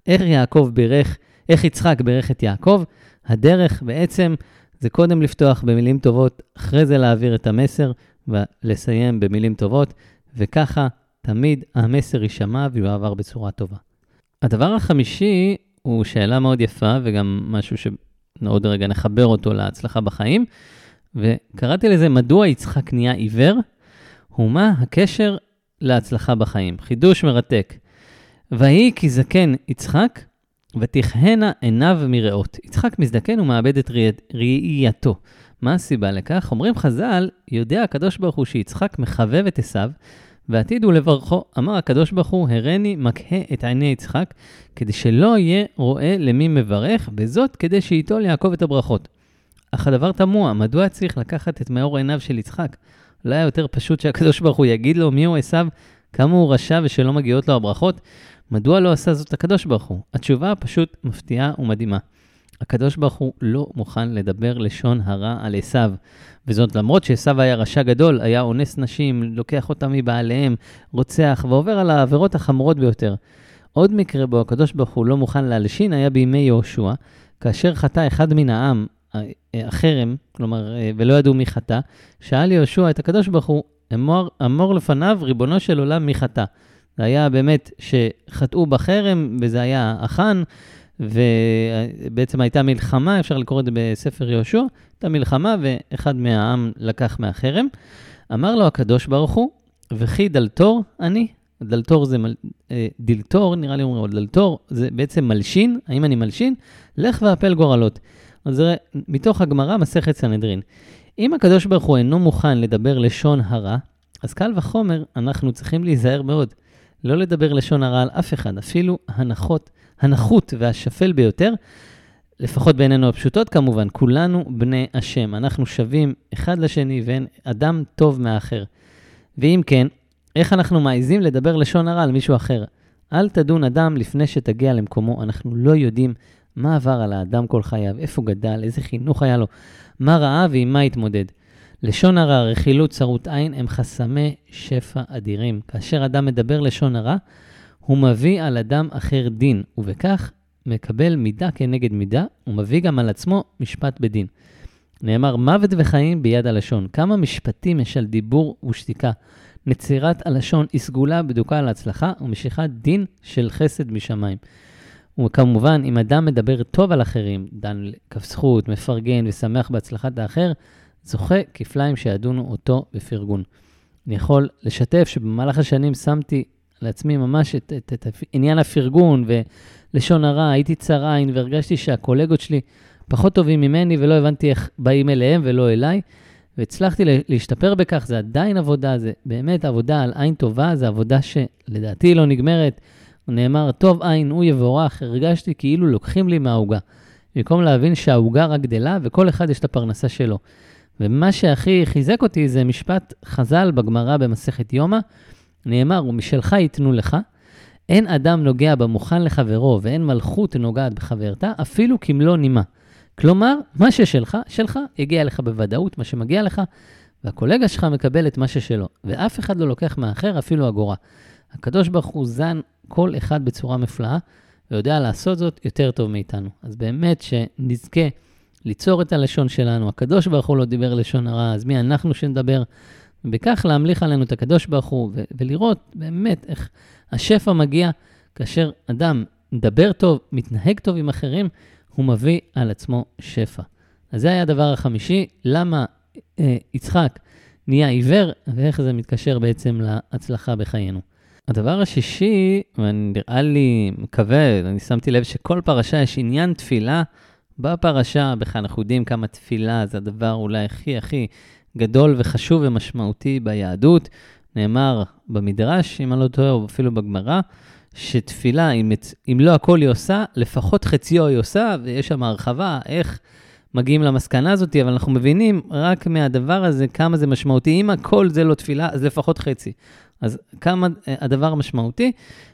איך יצחק בירך את יעקב. הדרך בעצם זה קודם לפתוח במילים טובות, אחרי זה להעביר את המסר, ולסיים במילים טובות, וככה תמיד המסר יישמע ויועבר בצורה טובה. הדבר החמישי הוא שאלה מאוד יפה, וגם משהו שעוד רגע נחבר אותו להצלחה בחיים, וקראתי לזה, מדוע יצחק נהיה עיוור? ומה הקשר להצלחה בחיים? חידוש מרתק. ויהי כי זקן יצחק, ותכהנה עיניו מראות. יצחק מזדקן ומאבד את ראייתו. מה הסיבה לכך? אומרים חז"ל, יודע הקדוש ברוך הוא שיצחק מחבב את עשיו, ועתיד הוא לברכו, אמר הקדוש ברוך הוא, הרני מקהה את עיני יצחק, כדי שלא יהיה רואה למי מברך, וזאת כדי שייטול יעקב את הברכות. אך הדבר תמוה, מדוע צריך לקחת את מאור עיניו של יצחק? לא היה יותר פשוט שהקדוש ברוך הוא יגיד לו מי הוא עשיו, כמה הוא רשע ושלא מגיעות לו הברכות? מדוע לא עשה זאת הקדוש ברוך הוא? התשובה פשוט מפתיעה ומדהימה. הקדוש ברוך הוא לא מוכן לדבר לשון הרע על עשיו, וזאת למרות שעשיו היה רשע גדול, היה אונס נשים, לוקח אותם מבעליהם, רוצח ועובר על העבירות החמורות ביותר. עוד מקרה בו הקדוש ברוך הוא לא מוכן להלשין היה בימי יהושע, כאשר חטא אחד מן העם, החרם, כלומר, ולא ידעו מי חטא, שאל יהושע את הקדוש ברוך הוא, אמור לפניו ריבונו של עולם מי חטא. זה היה באמת שחטאו בחרם, וזה היה אחן, ובעצם הייתה מלחמה, אפשר לקרוא את זה בספר יהושע, הייתה מלחמה ואחד מהעם לקח מהחרם. אמר לו הקדוש ברוך הוא, וכי דלתור אני, דלתור זה דלתור, נראה לי אומרים, דלתור זה בעצם מלשין, האם אני מלשין? לך ואפל גורלות. אז זה מתוך הגמרא מסכת סנהדרין. אם הקדוש ברוך הוא אינו מוכן לדבר לשון הרע, אז קל וחומר אנחנו צריכים להיזהר מאוד. לא לדבר לשון הרע על אף אחד, אפילו הנחות והשפל ביותר, לפחות בעינינו הפשוטות כמובן, כולנו בני השם, אנחנו שווים אחד לשני ואין אדם טוב מאחר. ואם כן, איך אנחנו מעיזים לדבר לשון הרע על מישהו אחר? אל תדון אדם לפני שתגיע למקומו, אנחנו לא יודעים מה עבר על האדם כל חייו, איפה גדל, איזה חינוך היה לו, מה ראה ועם מה התמודד. לשון הרע, רכילות, צרות עין הם חסמי שפע אדירים. כאשר אדם מדבר לשון הרע, הוא מביא על אדם אחר דין, ובכך מקבל מידה כנגד מידה, ומביא גם על עצמו משפט בדין. נאמר, מוות וחיים ביד הלשון. כמה משפטים יש על דיבור ושתיקה. נצירת הלשון היא סגולה בדוקה על הצלחה, ומשיכת דין של חסד משמיים. וכמובן, אם אדם מדבר טוב על אחרים, דן כף זכות, מפרגן ושמח בהצלחת האחר, זוכה כפליים שידונו אותו בפרגון. אני יכול לשתף שבמהלך השנים שמתי לעצמי ממש את עניין הפרגון ולשון הרע, הייתי צר עין והרגשתי שהקולגות שלי פחות טובים ממני ולא הבנתי איך באים אליהם ולא אליי, והצלחתי להשתפר בכך. זה עדיין עבודה, זה באמת עבודה על עין טובה, זה עבודה שלדעתי לא נגמרת. הוא נאמר, טוב עין הוא יבורך, הרגשתי כאילו לוקחים לי מההוגה, במקום להבין שההוגה רק גדלה וכל אחד יש את הפרנסה שלו. ומה שהכי חיזק אותי זה משפט חז"ל בגמרא במסכת יומא, נאמר, ומשלך ייתנו לך, אין אדם נוגע במוכן לחברו, ואין מלכות נוגעת בחברתה, אפילו כמלוא נימה. כלומר, מה ששלך, שלך, יגיע לך בוודאות, מה שמגיע לך, והקולגה שלך מקבל את מה ששלו, ואף אחד לא לוקח מאחר, אפילו אגורה. הקדוש ברוך הוא זן כל אחד בצורה מפלאה, ויודע לעשות זאת יותר טוב מאיתנו. אז באמת שנזכה ליצור את הלשון שלנו, הקדוש ברוך הוא לא דיבר לשון הרע, אז מי אנחנו שנדבר? ובכך להמליך עלינו את הקדוש ברוך הוא, ולראות באמת איך השפע מגיע, כאשר אדם מדבר טוב, מתנהג טוב עם אחרים, הוא מביא על עצמו שפע. אז זה היה הדבר החמישי, למה יצחק נהיה עיוור, ואיך זה מתקשר בעצם להצלחה בחיינו. הדבר השישי, ואני נראה לי מקווה, אני שמתי לב שכל פרשה יש עניין תפילה, בפרשה, בכלל אנחנו יודעים כמה תפילה זה הדבר אולי הכי גדול וחשוב ומשמעותי ביהדות. נאמר במדרש, אם אני לא טועה, או אפילו בגמרא, שתפילה, אם לא הכל היא עושה, לפחות חציו היא עושה, ויש שם הרחבה, איך מגיעים למסקנה הזאת, אבל אנחנו מבינים רק מהדבר הזה כמה זה משמעותי. אם הכל זה לא תפילה, אז לפחות חצי. אז כמה הדבר משמעותי,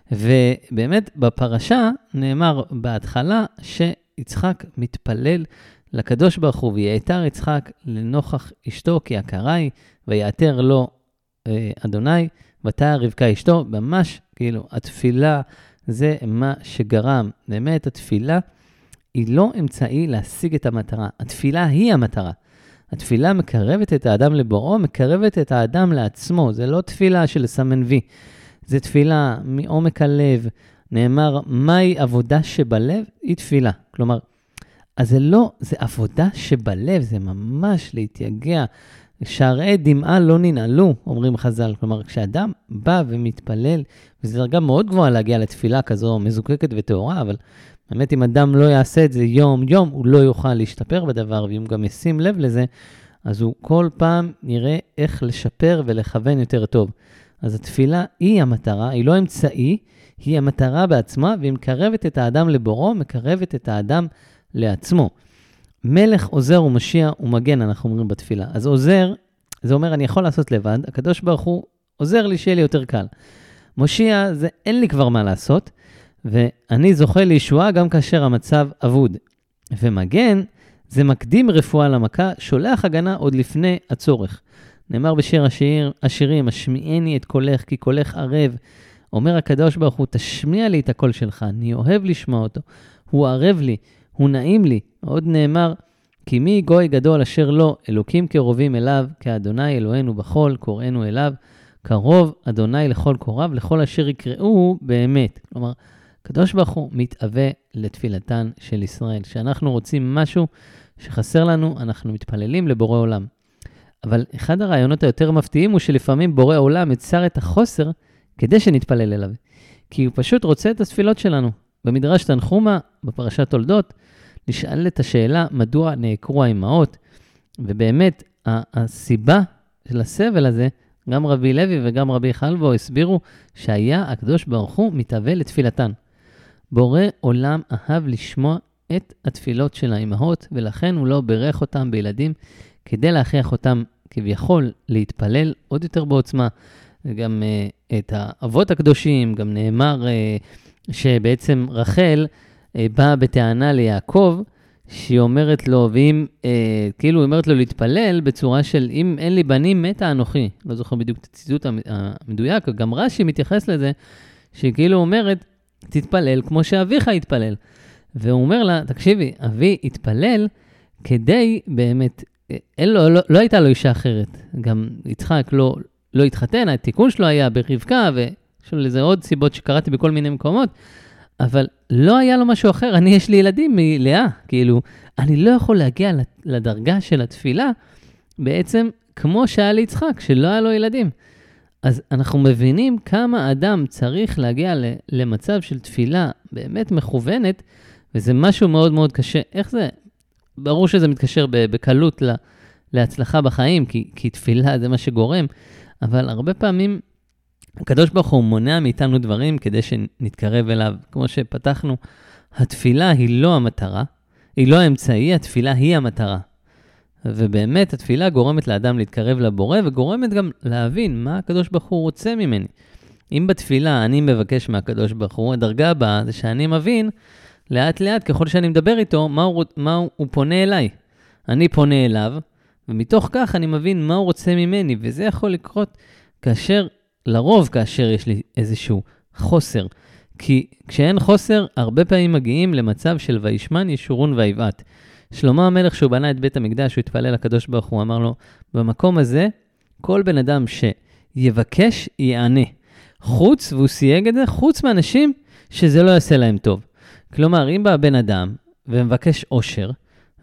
ובאמת בפרשה נאמר בהתחלה שיצחק מתפלל לקדוש ברוך הוא, ויעתר יצחק לנוכח אשתו כי יקרה היא, ויעתר לו אדוני, ותער רבקה אשתו. ממש כאילו התפילה זה מה שגרם. באמת התפילה היא לא אמצעי להשיג את המטרה, התפילה היא המטרה. התפילה מקרבת את האדם לבוראו, מקרבת את האדם לעצמו. זה לא תפילה של סמן וי, זה תפילה מעומק הלב. נאמר, מהי עבודה שבלב? היא תפילה. כלומר, אז זה לא, זה עבודה שבלב, זה ממש להתייגע. שערי דמעה לא ננעלו, אומרים חז"ל. כלומר, כשאדם בא ומתפלל, וזו דרגה מאוד גבוהה להגיע לתפילה כזו מזוקקת וטהורה, אבל באמת אם אדם לא יעשה את זה יום, הוא לא יוכל להשתפר בדבר, ואם גם ישים לב לזה, אז הוא כל פעם נראה איך לשפר ולכוון יותר טוב. אז התפילה היא המטרה, היא לא אמצעי, היא המטרה בעצמה, והיא מקרבת את האדם לבורו, מקרבת את האדם לעצמו. מלך, עוזר ומשיע ומגן, אנחנו אומרים בתפילה. אז עוזר, זה אומר, אני יכול לעשות לבד, הקדוש ברוך הוא עוזר לי שיהיה לי יותר קל. מושיע, זה אין לי כבר מה לעשות, ואני זוכה לישועה גם כאשר המצב אבוד. ומגן, זה מקדים רפואה למכה, שולח הגנה עוד לפני הצורך. נאמר בשיר השירים, השמיעני את קולך, כי קולך ערב. אומר הקדוש ברוך הוא, תשמיע לי את הקול שלך, אני אוהב לשמוע אותו. הוא ערב לי, הוא נעים לי. עוד נאמר, כי מי גוי גדול אשר לא, אלוקים קרובים אליו, כאדוני אלוהינו בכל, קוראינו אליו, קרוב אדוני לכל קוריו, לכל אשר יקראו באמת. כלומר, הקדוש ברוך הוא מתאווה לתפילתן של ישראל. כשאנחנו רוצים משהו שחסר לנו, אנחנו מתפללים לבורא עולם. אבל אחד הרעיונות היותר מפתיעים הוא שלפעמים בורא עולם יצר את החוסר כדי שנתפלל אליו. כי הוא פשוט רוצה את הספילות שלנו. במדרש תנחומה, בפרשת תולדות, נשאל את השאלה מדוע נעקרו האימהות, ובאמת הסיבה של הסבל הזה, גם רבי לוי וגם רבי חלבו הסבירו שהיה הקדוש ברוך הוא מתאווה לתפילתן. בורא עולם אהב לשמוע את התפילות של האימהות, ולכן הוא לא ברך אותם בילדים, כדי להכריח אותם כביכול להתפלל עוד יותר בעוצמה. גם את האבות הקדושים, גם נאמר שבעצם רחל באה בטענה ליעקב, שהיא אומרת לו, ואם, כאילו היא אומרת לו להתפלל בצורה של, אם אין לי בנים, מתה אנוכי. לא זוכר בדיוק את הציטוט המדויק, גם רש"י מתייחס לזה, שהיא כאילו אומרת, תתפלל כמו שאביך יתפלל. והוא אומר לה, תקשיבי, אבי התפלל כדי באמת, לא הייתה לו אישה אחרת. גם יצחק לא התחתן, התיקון שלו היה ברבקה, ויש לזה עוד סיבות שקראתי בכל מיני מקומות, אבל לא היה לו משהו אחר. יש לי ילדים מלאה, כאילו, אני לא יכול להגיע לדרגה של התפילה, בעצם כמו שהיה לי יצחק, שלא היה לו ילדים. אז אנחנו מבינים כמה אדם צריך להגיע למצב של תפילה באמת מכוונת, וזה משהו מאוד מאוד קשה. איך זה? ברור שזה מתקשר בקלות להצלחה בחיים, כי תפילה זה מה שגורם, אבל הרבה פעמים הקדוש ברוך הוא מונע מאיתנו דברים כדי שנתקרב אליו. כמו שפתחנו, התפילה היא לא המטרה, היא לא האמצעי, התפילה היא המטרה. ובאמת התפילה גורמת לאדם להתקרב לבורא, וגורמת גם להבין מה הקדוש ברוך הוא רוצה ממני. אם בתפילה אני מבקש מהקדוש ברוך הוא, הדרגה הבאה זה שאני מבין לאט לאט ככל שאני מדבר איתו, מה הוא פונה אליי. אני פונה אליו, ומתוך כך אני מבין מה הוא רוצה ממני, וזה יכול לקרות לרוב כאשר יש לי איזשהו חוסר. כי כשאין חוסר, הרבה פעמים מגיעים למצב של וישמן ישורון ויבעט. שלמה המלך שהוא בנה את בית המקדש, הוא התפלל לקדוש ברוך הוא, אמר לו, במקום הזה, כל בן אדם שיבקש יענה. והוא סייג את זה, חוץ מאנשים שזה לא יעשה להם טוב. כלומר, אם בא בן אדם ומבקש עושר,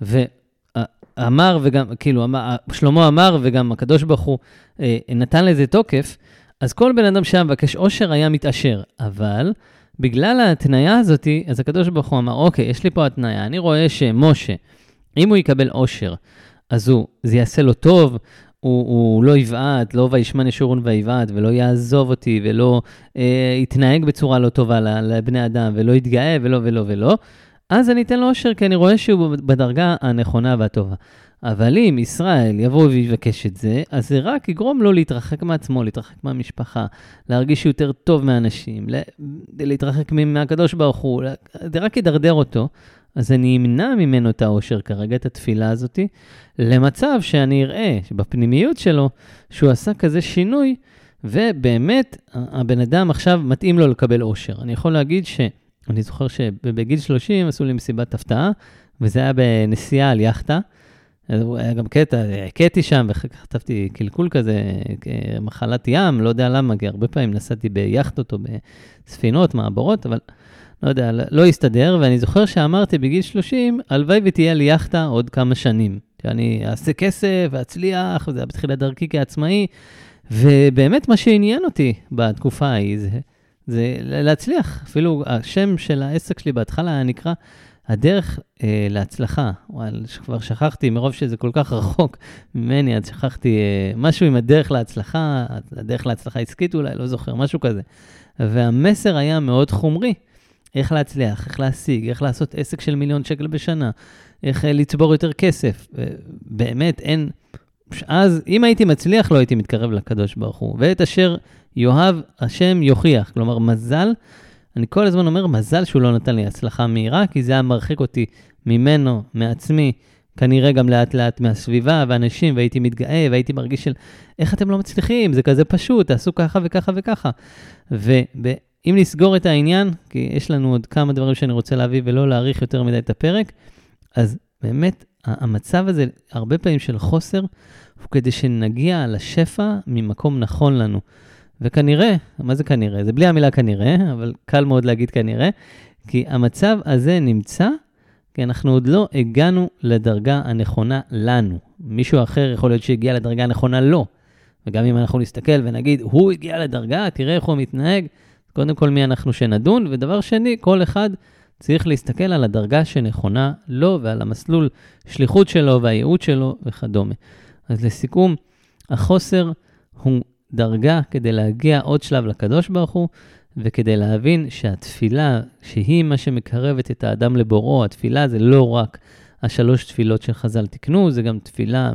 ואמר וגם, כאילו, שלמה אמר וגם הקדוש ברוך הוא נתן לזה תוקף, אז כל בן אדם שהיה מבקש עושר היה מתעשר. אבל בגלל ההתניה הזאת, אז הקדוש ברוך הוא אמר, אוקיי, יש לי פה התניה, אני רואה שמשה, אם הוא יקבל עושר, אז זה יעשה לו טוב, הוא לא יבעט, לא וישמן ישורון ויבעט, ולא יעזוב אותי, ולא יתנהג בצורה לא טובה לבני אדם, ולא יתגאה, ולא, אז אני אתן לו עושר, כי אני רואה שהוא בדרגה הנכונה והטובה. אבל אם ישראל יבוא ויבקש את זה, אז זה רק יגרום לו להתרחק מעצמו, להתרחק מהמשפחה, להרגיש יותר טוב מהאנשים, להתרחק מהקדוש ברוך הוא, זה רק ידרדר אותו. אז אני אמנע ממנו את העושר כרגע, את התפילה הזאת, למצב שאני אראה שבפנימיות שלו, שהוא עשה כזה שינוי, ובאמת הבן אדם עכשיו מתאים לו לקבל עושר. אני יכול להגיד אני זוכר שבגיל 30 עשו לי מסיבת הפתעה, וזה היה בנסיעה על יחטה, היה גם קטע, הקטי שם, וכתבתי קלקול כזה, מחלת ים, לא יודע למה, כי הרבה פעמים נסעתי ביחטות או בספינות, מעבורות, אבל לא יודע, לא הסתדר, ואני זוכר שאמרתי בגיל 30, הלוואי ותהיה לי יחטה עוד כמה שנים, שאני אעשה כסף ואצליח, וזה היה בתחילת דרכי כעצמאי, ובאמת מה שעניין אותי בתקופה ההיא, זה להצליח. אפילו השם של העסק שלי בהתחלה היה נקרא הדרך להצלחה, כבר שכחתי מרוב שזה כל כך רחוק ממני, אז שכחתי משהו עם הדרך להצלחה, הדרך להצלחה עסקית אולי, לא זוכר, משהו כזה. והמסר היה מאוד חומרי, איך להצליח, איך להשיג, איך לעשות עסק של 1,000,000 שקל בשנה, איך לצבור יותר כסף. באמת אין, אז אם הייתי מצליח לא הייתי מתקרב לקדוש ברוך הוא, ואת אשר יאהב השם יוכיח, כלומר מזל, אני כל הזמן אומר, מזל שהוא לא נתן לי הצלחה מהירה, כי זה היה מרחיק אותי ממנו, מעצמי, כנראה גם לאט לאט מהסביבה ואנשים, והייתי מתגאה, והייתי מרגיש של, איך אתם לא מצליחים? זה כזה פשוט, תעשו ככה וככה וככה. ואם נסגור את העניין, כי יש לנו עוד כמה דברים שאני רוצה להביא, ולא להאריך יותר מדי את הפרק, אז באמת, המצב הזה, הרבה פעמים של חוסר, הוא כדי שנגיע לשפע ממקום נכון לנו. וכנראה, מה זה כנראה? זה בלי המילה כנראה, אבל קל מאוד להגיד כנראה, כי המצב הזה נמצא, כי אנחנו עוד לא הגענו לדרגה הנכונה לנו. מישהו אחר יכול להיות שהגיע לדרגה הנכונה לו. וגם אם אנחנו נסתכל ונגיד, הוא הגיע לדרגה, תראה איך הוא מתנהג, קודם כל מי אנחנו שנדון, ודבר שני, כל אחד צריך להסתכל על הדרגה שנכונה לו, ועל המסלול שליחות שלו והייעוד שלו וכדומה. אז לסיכום, החוסר הוא דרגה כדי להגיע עוד שלב לקדוש ברוך הוא, וכדי להבין שהתפילה, שהיא מה שמקרבת את האדם לבוראו, התפילה זה לא רק 3 תפילות של חז"ל תקנו, זה גם תפילה,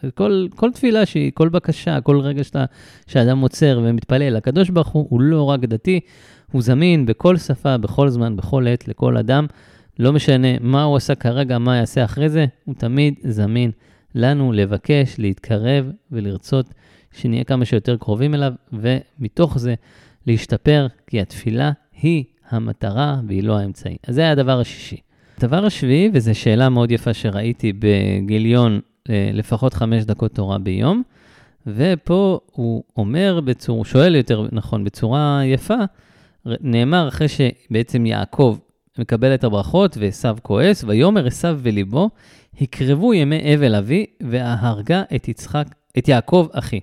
כל תפילה שהיא, כל בקשה, כל רגע שהאדם מוצר ומתפלל, הקדוש ברוך הוא לא רק דתי, הוא זמין בכל שפה, בכל זמן, בכל עת, לכל אדם, לא משנה מה הוא עשה כרגע, מה יעשה אחרי זה, הוא תמיד זמין לנו לבקש, להתקרב ולרצות שנהיה כמה שיותר קרובים אליו, ומתוך זה להשתפר, כי התפילה היא המטרה והיא לא האמצעי. אז זה היה הדבר השישי. הדבר השביעי, וזו שאלה מאוד יפה שראיתי בגיליון, לפחות 5 דקות תורה ביום, ופה הוא אומר, שואל יותר נכון, בצורה יפה, נאמר אחרי שבעצם יעקב מקבל את הברכות ועשיו כועס, ויאמר עשיו בליבו, הקרבו ימי אבל אבי, והרגה את יעקב אחי.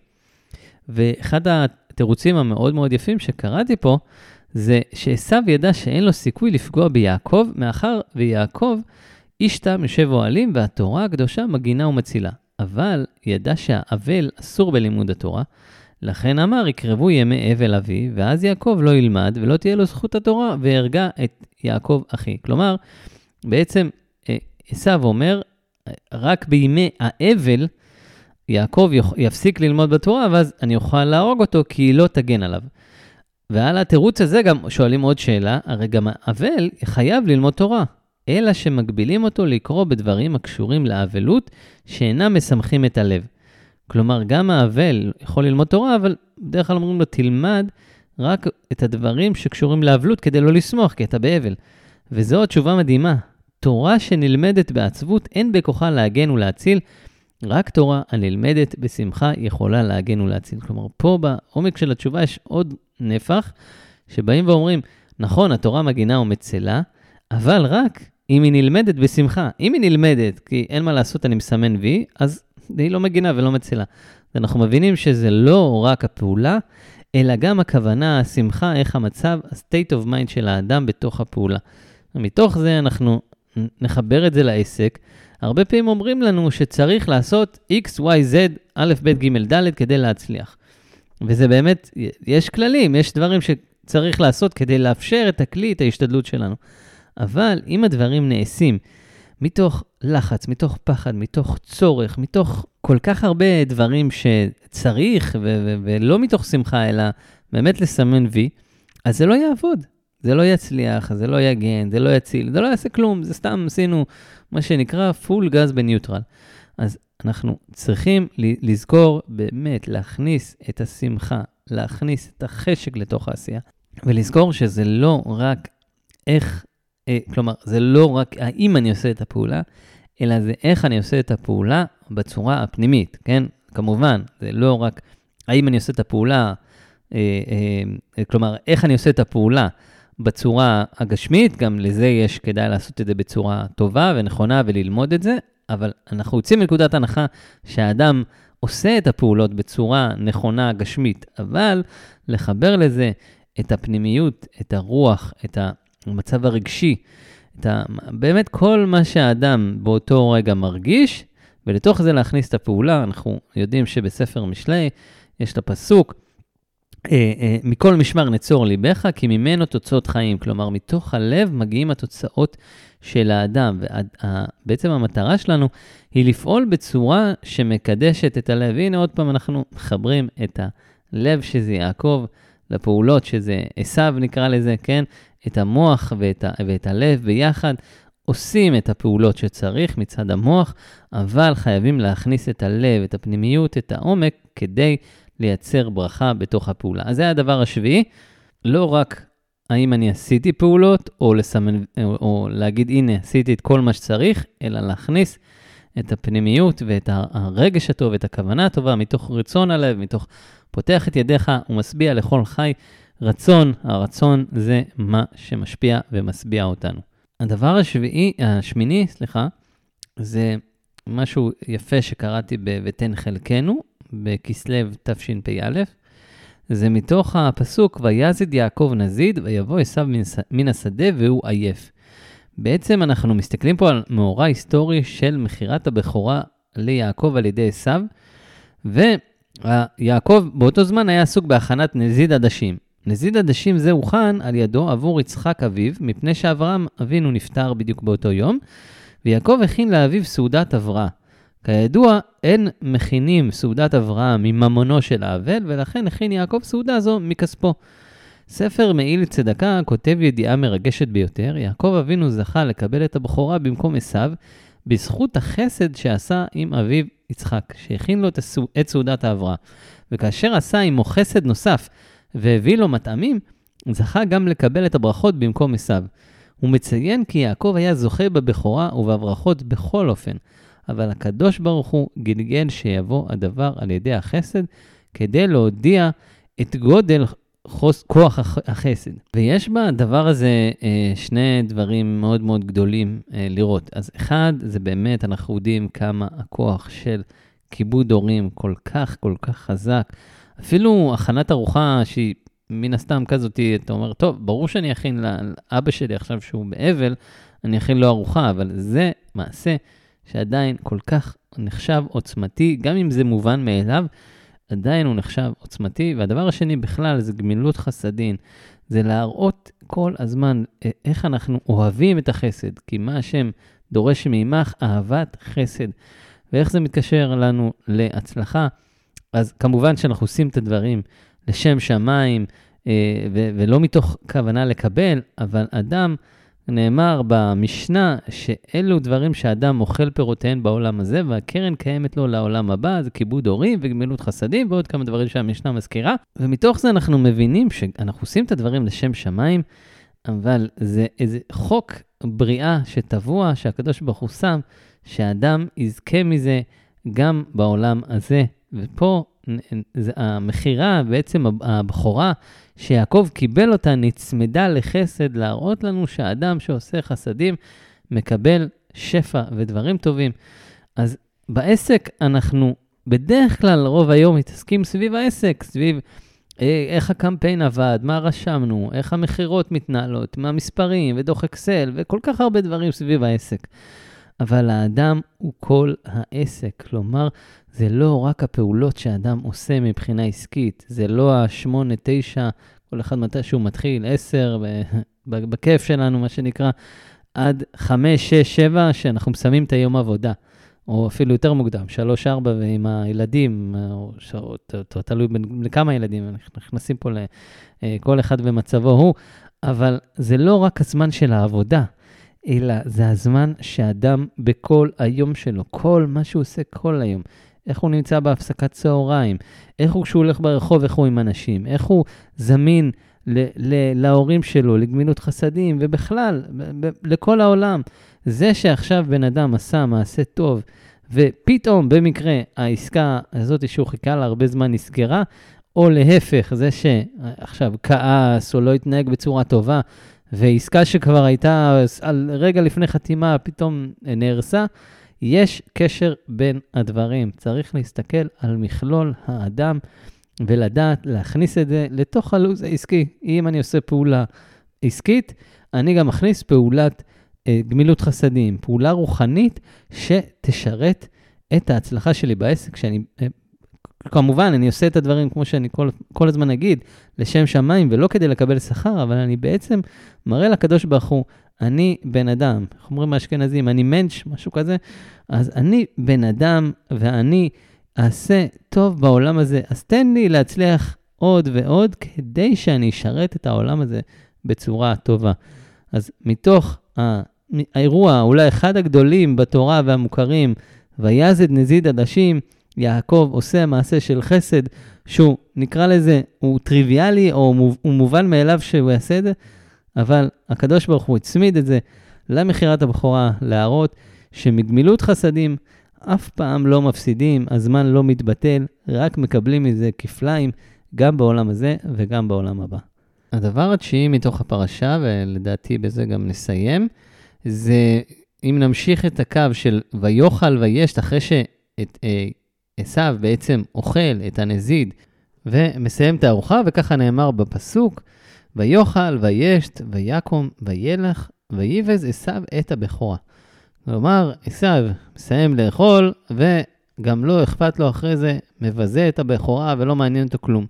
ואחד התירוצים המאוד מאוד יפים שקראתי פה, זה שעשיו ידע שאין לו סיכוי לפגוע ביעקב, מאחר ויעקב איש תם יושב אוהלים, והתורה הקדושה מגינה ומצילה. אבל ידע שהאבל אסור בלימוד התורה, לכן אמר, יקרבו ימי אבל אבי, ואז יעקב לא ילמד, ולא תהיה לו זכות התורה, והרגה את יעקב אחי. כלומר, בעצם עשיו אומר, רק בימי האבל, יעקב יפסיק ללמוד בתורה, ואז אני אוכל להרוג אותו, כי היא לא תגן עליו. ועל התירוץ הזה גם שואלים עוד שאלה, הרי גם האבל חייב ללמוד תורה, אלא שמגבילים אותו לקרוא בדברים הקשורים לאבלות, שאינם משמחים את הלב. כלומר, גם האבל יכול ללמוד תורה, אבל בדרך כלל אומרים לו, תלמד רק את הדברים שקשורים לאבלות, כדי לא לשמוח, כי אתה באבל. וזו התשובה מדהימה. תורה שנלמדת בעצבות, אין בכוחה להגן ולהציל, רק תורה הנלמדת בשמחה יכולה להגן ולהציל. כלומר, פה בעומק של התשובה יש עוד נפח, שבאים ואומרים, נכון, התורה מגינה ומצלה, אבל רק אם היא נלמדת בשמחה. אם היא נלמדת, כי אין מה לעשות, אני מסמן וי, אז היא לא מגינה ולא מצלה. ואנחנו מבינים שזה לא רק הפעולה, אלא גם הכוונה, השמחה, איך המצב, ה-state of mind של האדם בתוך הפעולה. ומתוך זה אנחנו נחבר את זה לעסק. הרבה פעמים אומרים לנו שצריך לעשות X, Y, Z, א', ב', ג', ד' כדי להצליח. וזה באמת, יש כללים, יש דברים שצריך לעשות כדי לאפשר את הכלי, את ההשתדלות שלנו. אבל אם הדברים נעשים מתוך לחץ, מתוך פחד, מתוך צורך, מתוך כל כך הרבה דברים שצריך, ולא מתוך שמחה, אלא באמת לסמן וי, אז זה לא יעבוד. זה לא יצליח, זה לא יגן, זה לא יציל, זה לא יעשה כלום, זה סתם עשינו מה שנקרא פול גז בניוטרל. אז אנחנו צריכים לזכור באמת להכניס את השמחה, להכניס את החשק לתוך העשייה, ולזכור שזה לא רק איך, כלומר, זה לא רק האם אני עושה את הפעולה, אלא זה איך אני עושה את הפעולה בצורה הפנימית, כן? כמובן, זה לא רק האם אני עושה את הפעולה, כלומר, איך אני עושה את הפעולה בצורה הגשמית, גם לזה יש כדאי לעשות את זה בצורה טובה ונכונה וללמוד את זה, אבל אנחנו יוצאים מנקודת הנחה שהאדם עושה את הפעולות בצורה נכונה גשמית, אבל לחבר לזה את הפנימיות, את הרוח, את המצב הרגשי, באמת כל מה שהאדם באותו רגע מרגיש, ולתוך זה להכניס את הפעולה. אנחנו יודעים שבספר משלי יש את הפסוק, מכל משמר נצור ליבך, כי ממנו תוצאות חיים. כלומר, מתוך הלב מגיעים התוצאות של האדם. ובעצם המטרה שלנו היא לפעול בצורה שמקדשת את הלב. והנה עוד פעם אנחנו מחברים את הלב שזה יעקב, לפעולות שזה עשיו נקרא לזה, כן? את המוח ואת הלב ביחד. עושים את הפעולות שצריך מצד המוח, אבל חייבים להכניס את הלב, את הפנימיות, את העומק, כדי לייצר ברכה בתוך הפעולה. אז זה הדבר השביעי, לא רק האם אני עשיתי פעולות, או להגיד הנה עשיתי את כל מה שצריך, אלא להכניס את הפנימיות ואת הרגש הטוב, את הכוונה הטובה, מתוך רצון הלב, מתוך פותח את ידיך ומשביע לכל חי רצון. הרצון זה מה שמשפיע ומשביע אותנו. הדבר השמיני, זה משהו יפה שקראתי ב"ותן חלקנו", בכסלו תשפ"א. זה מתוך הפסוק, ויזד יעקב נזיד, ויבוא עשיו מן השדה והוא עייף. בעצם אנחנו מסתכלים פה על מאורע היסטורי של מחירת הבכורה ליעקב על ידי עשיו, ויעקב באותו זמן היה עסוק בהכנת נזיד עדשים. נזיד עדשים זה הוכן על ידו עבור יצחק אביו, מפני שאברהם אבינו נפטר בדיוק באותו יום, ויעקב הכין לאביו סעודת הבראה. כידוע, אין מכינים סעודת הבראה מממונו של האבל, ולכן הכין יעקב סעודה זו מכספו. ספר מעיל צדקה כותב ידיעה מרגשת ביותר, יעקב אבינו זכה לקבל את הבכורה במקום עשיו, בזכות החסד שעשה עם אביו יצחק, שהכין לו את סעודת ההבראה. וכאשר עשה עמו חסד נוסף, והביא לו מטעמים, זכה גם לקבל את הברכות במקום עשיו. הוא מציין כי יעקב היה זוכה בבכורה ובברכות בכל אופן, אבל הקדוש ברוך הוא גלגל שיבוא הדבר על ידי החסד, כדי להודיע את גודל כוח החסד. ויש בדבר הזה שני דברים מאוד מאוד גדולים לראות. אז אחד, זה באמת, אנחנו יודעים כמה הכוח של כיבוד הורים כל כך חזק. אפילו הכנת ארוחה שהיא מן הסתם כזאת, אתה אומר, טוב, ברור שאני אכין לאבא שלי עכשיו שהוא באבל, אני אכין לו ארוחה, אבל זה מעשה שעדיין כל כך נחשב עוצמתי, גם אם זה מובן מאליו, עדיין הוא נחשב עוצמתי. והדבר השני בכלל זה גמילות חסדין, זה להראות כל הזמן איך אנחנו אוהבים את החסד, כי מה השם דורש ממך אהבת חסד, ואיך זה מתקשר לנו להצלחה. אז כמובן שאנחנו עושים את הדברים לשם שמיים, ולא מתוך כוונה לקבל, אבל אדם, נאמר במשנה שאלו דברים שאדם אוכל פירותיהן בעולם הזה, והקרן קיימת לו לעולם הבא, זה כיבוד הורים וגמילות חסדים, ועוד כמה דברים שהמשנה מזכירה. ומתוך זה אנחנו מבינים שאנחנו עושים את הדברים לשם שמיים, אבל זה איזה חוק בריאה שטבוע, שהקדוש ברוך הוא שם, שהאדם יזכה מזה גם בעולם הזה. ופה המחירה, בעצם הבכורה שיעקב קיבל אותה, נצמדה לחסד, להראות לנו שהאדם שעושה חסדים מקבל שפע ודברים טובים. אז בעסק אנחנו בדרך כלל רוב היום מתעסקים סביב העסק, סביב איך הקמפיין עבד, מה רשמנו, איך המחירות מתנהלות, מה המספרים ודוח אקסל וכל כך הרבה דברים סביב העסק. אבל האדם הוא כל העסק, כלומר, זה לא רק הפעולות שהאדם עושה מבחינה עסקית, זה לא ה8, 9, כל אחד מתי שהוא מתחיל, 10, בכיף שלנו, מה שנקרא, עד 5, 6, 7, שאנחנו מסיימים את היום עבודה, או אפילו יותר מוקדם, 3, 4, ועם הילדים, או תלוי לכמה ילדים, נכנסים פה לכל אחד במצבו הוא, אבל זה לא רק הזמן של העבודה, אלא זה הזמן שהאדם בכל היום שלו, כל מה שהוא עושה כל היום, איך הוא נמצא בהפסקת צהריים, איך הוא כשהוא הולך ברחוב, איך הוא עם אנשים, איך הוא זמין להורים שלו, לגמילות חסדים, ובכלל, לכל העולם. זה שעכשיו בן אדם עשה מעשה טוב, ופתאום במקרה העסקה הזאת שהוא חיכה לה הרבה זמן נסגרה, או להפך, זה שעכשיו כעס או לא התנהג בצורה טובה, ועסקה שכבר הייתה על רגע לפני חתימה פתאום נהרסה, יש קשר בין הדברים. צריך להסתכל על מכלול האדם ולדעת להכניס את זה לתוך הלוז העסקי. אם אני עושה פעולה עסקית, אני גם מכניס פעולת גמילות חסדים, פעולה רוחנית שתשרת את ההצלחה שלי בעסק, כמובן, אני עושה את הדברים כמו שאני כל הזמן אגיד, לשם שמיים ולא כדי לקבל שכר, אבל אני בעצם מראה לקדוש ברוך הוא, אני בן אדם, איך אומרים האשכנזים, אני מנש, משהו כזה, אז אני בן אדם ואני אעשה טוב בעולם הזה, אז תן לי להצליח עוד ועוד, כדי שאני אשרת את העולם הזה בצורה טובה. אז מתוך האירוע, אולי אחד הגדולים בתורה והמוכרים, ויזד נזיד עדשים, יעקב עושה מעשה של חסד, שהוא נקרא לזה, הוא טריוויאלי, או הוא מובן מאליו שהוא יעשה את זה, אבל הקדוש ברוך הוא הצמיד את זה למחירת הבכורה, להראות שמגמילות חסדים אף פעם לא מפסידים, הזמן לא מתבטל, רק מקבלים מזה כפליים, גם בעולם הזה וגם בעולם הבא. הדבר התשיעי מתוך הפרשה, ולדעתי בזה גם נסיים, זה אם נמשיך את הקו של ויאכל וישת, אחרי שאת עשיו בעצם אוכל את הנזיד ומסיים את הארוחה, וככה נאמר בפסוק, ויאכל וישת ויקום וילך ויבז עשיו את הבכורה. כלומר, עשיו מסיים לאכול וגם לא אכפת לו אחרי זה, מבזה את הבכורה ולא מעניין אותו כלום.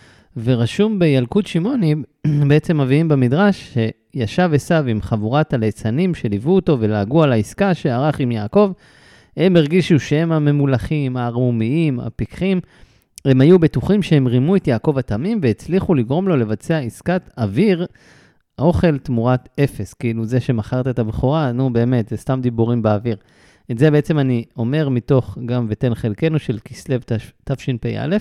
ורשום בילקוט שמעוני, בעצם מביאים במדרש, שישב עשיו עם חבורת הליצנים שליוו אותו ולהגו על העסקה שערך עם יעקב, הם הרגישו שהם הממולכים, הערמומיים, הפיקחים, הם היו בטוחים שהם רימו את יעקב התמים והצליחו לגרום לו לבצע עסקת אוויר, אוכל תמורת אפס, כאילו זה שמכרת את הבכורה, נו באמת, זה סתם דיבורים באוויר. את זה בעצם אני אומר מתוך גם ותן חלקנו של כסלו תשפ"א,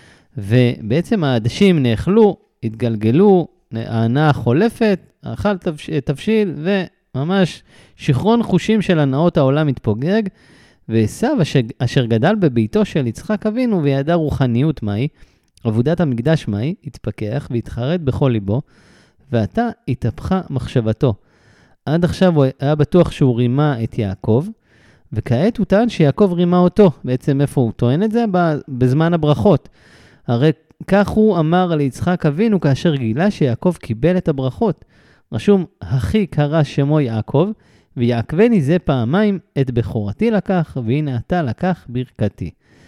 ובעצם העדשים נאכלו, התגלגלו, ההנאה חולפת, אכל תבשיל, וממש שכרון חושים של הנאות העולם מתפוגג, ועשיו אשר גדל בביתו של יצחק אבינו וידע רוחניות מהי, עבודת המקדש מהי, התפכח והתחרט בכל ליבו, ועתה התהפכה מחשבתו. עד עכשיו הוא היה בטוח שהוא רימה את יעקב, וכעת הוא טען שיעקב רימה אותו. בעצם איפה הוא טוען את זה? בזמן הברכות. הרי כך הוא אמר ליצחק אבינו כאשר גילה שיעקב קיבל את הברכות. רשום, הכי קרא שמו יעקב, ויעקבני זה פעמיים, את בכורתי לקח, והנה אתה לקח ברכתי.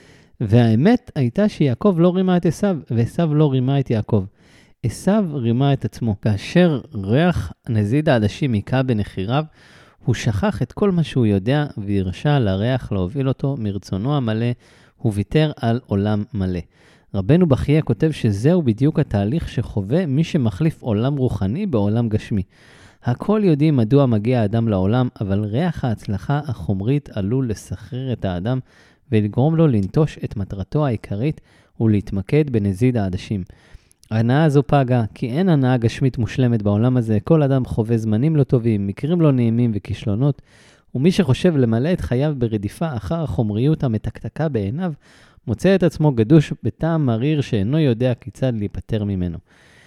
והאמת הייתה שיעקב לא רימה את עשיו, ועשיו לא רימה את יעקב. עשיו רימה את עצמו. כאשר ריח נזיד העדשים היכה בנחיריו, הוא שכח את כל מה שהוא יודע, והרשה לריח להוביל אותו מרצונו המלא, וויתר על עולם מלא. רבנו בחייה כותב שזהו בדיוק התהליך שחווה מי שמחליף עולם רוחני בעולם גשמי. הכל יודעים מדוע מגיע האדם לעולם, אבל ריח ההצלחה החומרית עלול לסחרר את האדם ולגרום לו לנטוש את מטרתו העיקרית ולהתמקד בנזיד העדשים. ההנאה הזו פגה, כי אין הנאה גשמית מושלמת בעולם הזה, כל אדם חווה זמנים לא טובים, מקרים לא נעימים וכישלונות, ומי שחושב למלא את חייו ברדיפה אחר החומריות המתקתקה בעיניו, מוצא את עצמו גדוש בטעם מריר שאינו יודע כיצד להיפטר ממנו.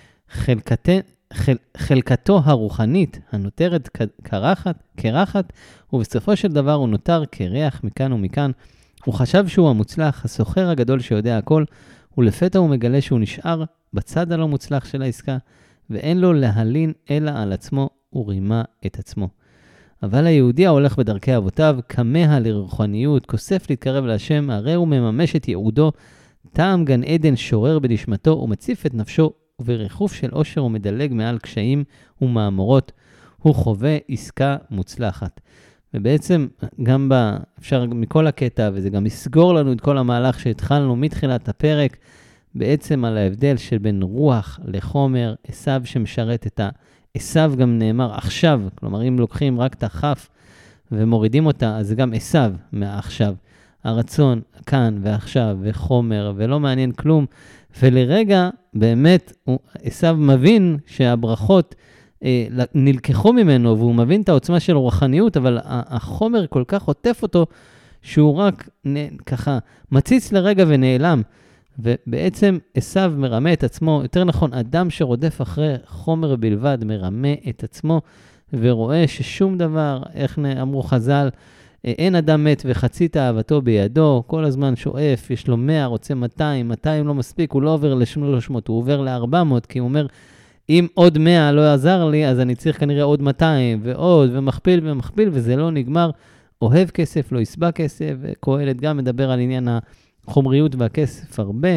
חלקתו הרוחנית הנותרת כרחת, ובסופו של דבר הוא נותר כריח מכאן ומכאן. הוא חשב שהוא המוצלח, הסוחר הגדול שיודע הכל, ולפתע הוא מגלה שהוא נשאר בצד הלא מוצלח של העסקה, ואין לו להלין אלא על עצמו, הוא רימה את עצמו. אבל היהודי ההולך בדרכי אבותיו, כמה לרוחניות, כוסף להתקרב להשם, הרי הוא מממש את ייעודו, טעם גן עדן שורר בנשמתו, ומציף את נפשו, ובריחוף של עושר הוא מדלג מעל קשיים ומאמורות, הוא חווה עסקה מוצלחת. ובעצם גם אפשר מכל הקטע, וזה גם יסגור לנו את כל המהלך שהתחלנו מתחילת הפרק, בעצם על ההבדל של בין רוח לחומר, עשיו שמשרת את עשיו גם נאמר עכשיו, כלומר אם לוקחים רק את החף ומורידים אותה, אז זה גם עשיו מעכשיו. הרצון כאן ועכשיו וחומר ולא מעניין כלום, ולרגע באמת עשיו מבין שהברכות נלקחו ממנו, והוא מבין את העוצמה של רוחניות, אבל החומר כל כך עוטף אותו, שהוא רק ככה מציץ לרגע ונעלם, ובעצם עשיו מרמה את עצמו, יותר נכון, אדם שרודף אחרי חומר בלבד, מרמה את עצמו, ורואה ששום דבר, איך אמרו חז"ל, אין אדם מת וחצי תאוותו בידו, כל הזמן שואף, יש לו 100, רוצה 200, 200 לא מספיק, הוא לא עובר ל-300, הוא עובר ל-400, כי הוא אומר, אם עוד 100 לא יעזר לי, אז אני צריך כנראה עוד 200 ועוד, ומכפיל ומכפיל, וזה לא נגמר. אוהב כסף, לא יסבע כסף, וקהלת גם מדבר על עניין החומריות והכסף הרבה,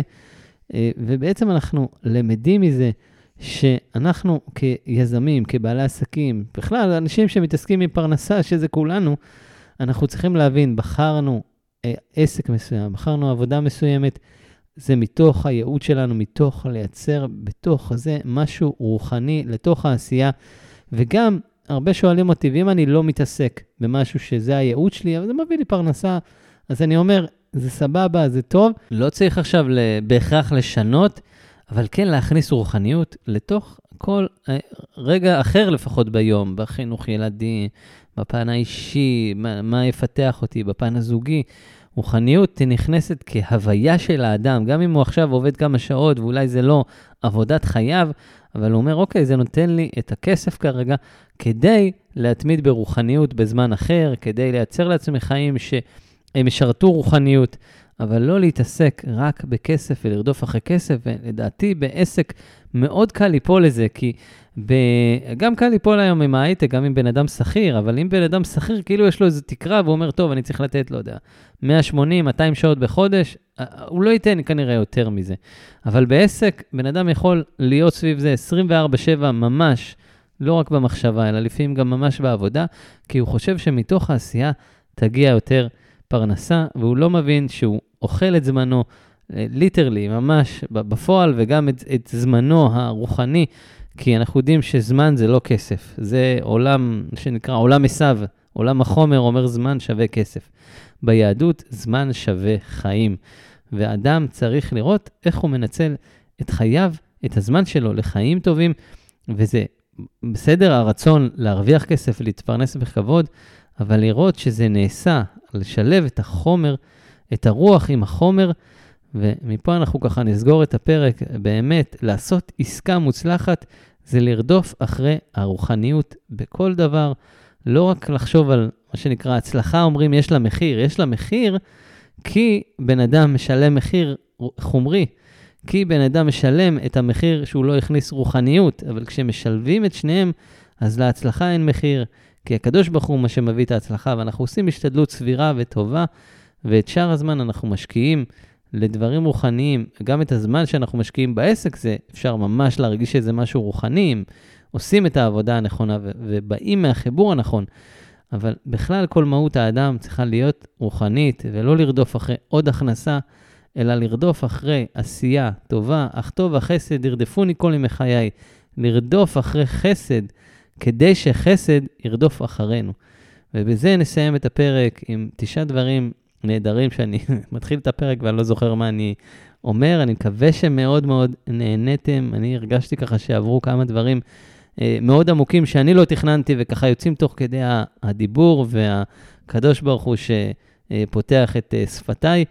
ובעצם אנחנו למדים מזה, שאנחנו כיזמים, כבעלי עסקים, בכלל, אנשים שמתעסקים עם פרנסה, שזה כולנו, אנחנו צריכים להבין, בחרנו עסק מסוים, בחרנו עבודה מסוימת, זה מתוך הייעוד שלנו, מתוך לייצר בתוך זה משהו רוחני לתוך העשייה, וגם הרבה שואלים אותי, ואם אני לא מתעסק במשהו שזה הייעוד שלי, אבל זה מביא לי פרנסה, אז אני אומר, זה סבבה, זה טוב, לא צריך עכשיו בהכרח לשנות, אבל כן להכניס רוחניות לתוך כל רגע אחר לפחות ביום, בחינוך ילדים, בפן האישי, מה יפתח אותי, בפן הזוגי. רוחניות נכנסת כהוויה של האדם, גם אם הוא עכשיו עובד כמה שעות, ואולי זה לא עבודת חייו, אבל הוא אומר, אוקיי, זה נותן לי את הכסף כרגע, כדי להתמיד ברוחניות בזמן אחר, כדי לייצר לעצמי חיים שהם ישרתו רוחניות, אבל לא להתעסק רק בכסף ולרדוף אחרי כסף, ולדעתי בעסק מאוד קל ליפול לזה, כי גם קל ליפול היום עם ההייטק, גם עם בן אדם שכיר, אבל אם בן אדם שכיר, כאילו יש לו איזו תקרה, והוא אומר, טוב, אני צריך לתת, לא יודע, 180, 200 שעות בחודש, הוא לא ייתן כנראה יותר מזה. אבל בעסק, בן אדם יכול להיות סביב זה 24/7 ממש, לא רק במחשבה, אלא לפעמים גם ממש בעבודה, כי הוא חושב שמתוך העשייה תגיע יותר פרנסה, והוא לא מבין שהוא אוכל את זמנו, ליטרלי, ממש בפועל, וגם את זמנו הרוחני, כי אנחנו יודעים שזמן זה לא כסף. זה עולם שנקרא עולם עשיו, עולם החומר אומר זמן שווה כסף. ביהדות זמן שווה חיים, ואדם צריך לראות איך הוא מנצל את חייו, את הזמן שלו לחיים טובים, וזה בסדר הרצון להרוויח כסף ולהתפרנס בכבוד, אבל לראות שזה נעשה, לשלב את החומר, את הרוח עם החומר, ומפה אנחנו ככה נסגור את הפרק, באמת לעשות עסקה מוצלחת, זה לרדוף אחרי הרוחניות בכל דבר, לא רק לחשוב על מה שנקרא הצלחה, אומרים יש לה מחיר כי בן אדם משלם מחיר חומרי, כי בן אדם משלם את המחיר שהוא לא הכניס רוחניות, אבל כשמשלבים את שניהם, אז להצלחה אין מחיר, כי הקדוש ברוך הוא מה שמביא את ההצלחה, ואנחנו עושים השתדלות סבירה וטובה, ואת שאר הזמן אנחנו משקיעים לדברים רוחניים, גם את הזמן שאנחנו משקיעים בעסק, זה אפשר ממש להרגיש שזה משהו רוחני, עושים את העבודה הנכונה ובאים מהחיבור הנכון, אבל בכלל כל מהות האדם צריכה להיות רוחנית, ולא לרדוף אחרי עוד הכנסה, אלא לרדוף אחרי עשייה טובה, אך טוב החסד ירדפוני כל ימי חיי, לרדוף אחרי חסד, כדי שחסד ירדוף אחרינו. ובזה נסיים את הפרק עם 9 דברים נהדרים שאני מתחיל את הפרק ואני לא זוכר מה אני אומר. אני מקווה שמאוד מאוד נהניתם. אני הרגשתי ככה שעברו כמה דברים מאוד עמוקים שאני לא תכננתי, וככה יוצאים תוך כדי הדיבור, והקדוש ברוך הוא שפותח את שפתיי,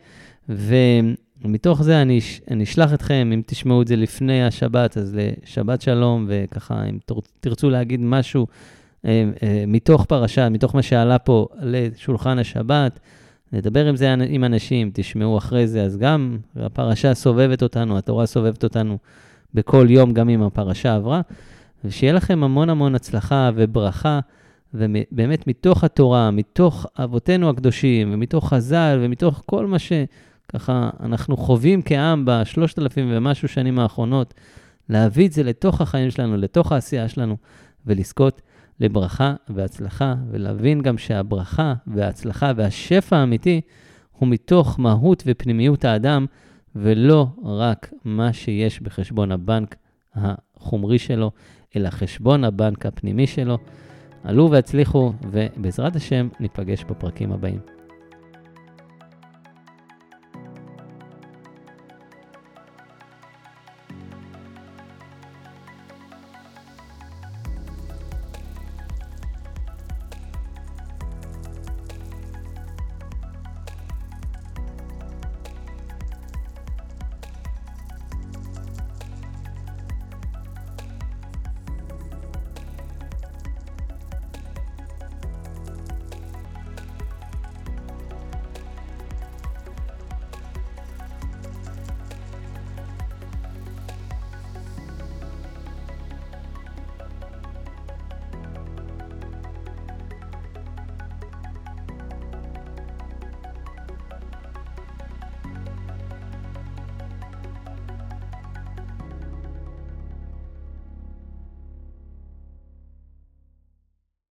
ומתוך זה אני אשלח אתכם, אם תשמעו את זה לפני השבת, אז לשבת שלום, וככה אם תרצו להגיד משהו מתוך פרשה, מתוך מה שעלה פה לשולחן השבת, נדבר עם זה עם אנשים, תשמעו אחרי זה, אז גם הפרשה סובבת אותנו, התורה סובבת אותנו בכל יום, גם אם הפרשה עברה, ושיהיה לכם המון המון הצלחה וברכה, ובאמת מתוך התורה, מתוך אבותינו הקדושים, ומתוך חז"ל, ומתוך כל מה שככה אנחנו חווים כעם ב3,000 ומשהו שנים האחרונות, להביא את זה לתוך החיים שלנו, לתוך העשייה שלנו, ולזכות לברכה והצלחה, ולהבין גם שהברכה וההצלחה והשפע האמיתי, הוא מתוך מהות ופנימיות האדם, ולא רק מה שיש בחשבון הבנק החומרי שלו, אלא חשבון הבנק הפנימי שלו. עלו והצליחו, ובעזרת השם ניפגש בפרקים הבאים.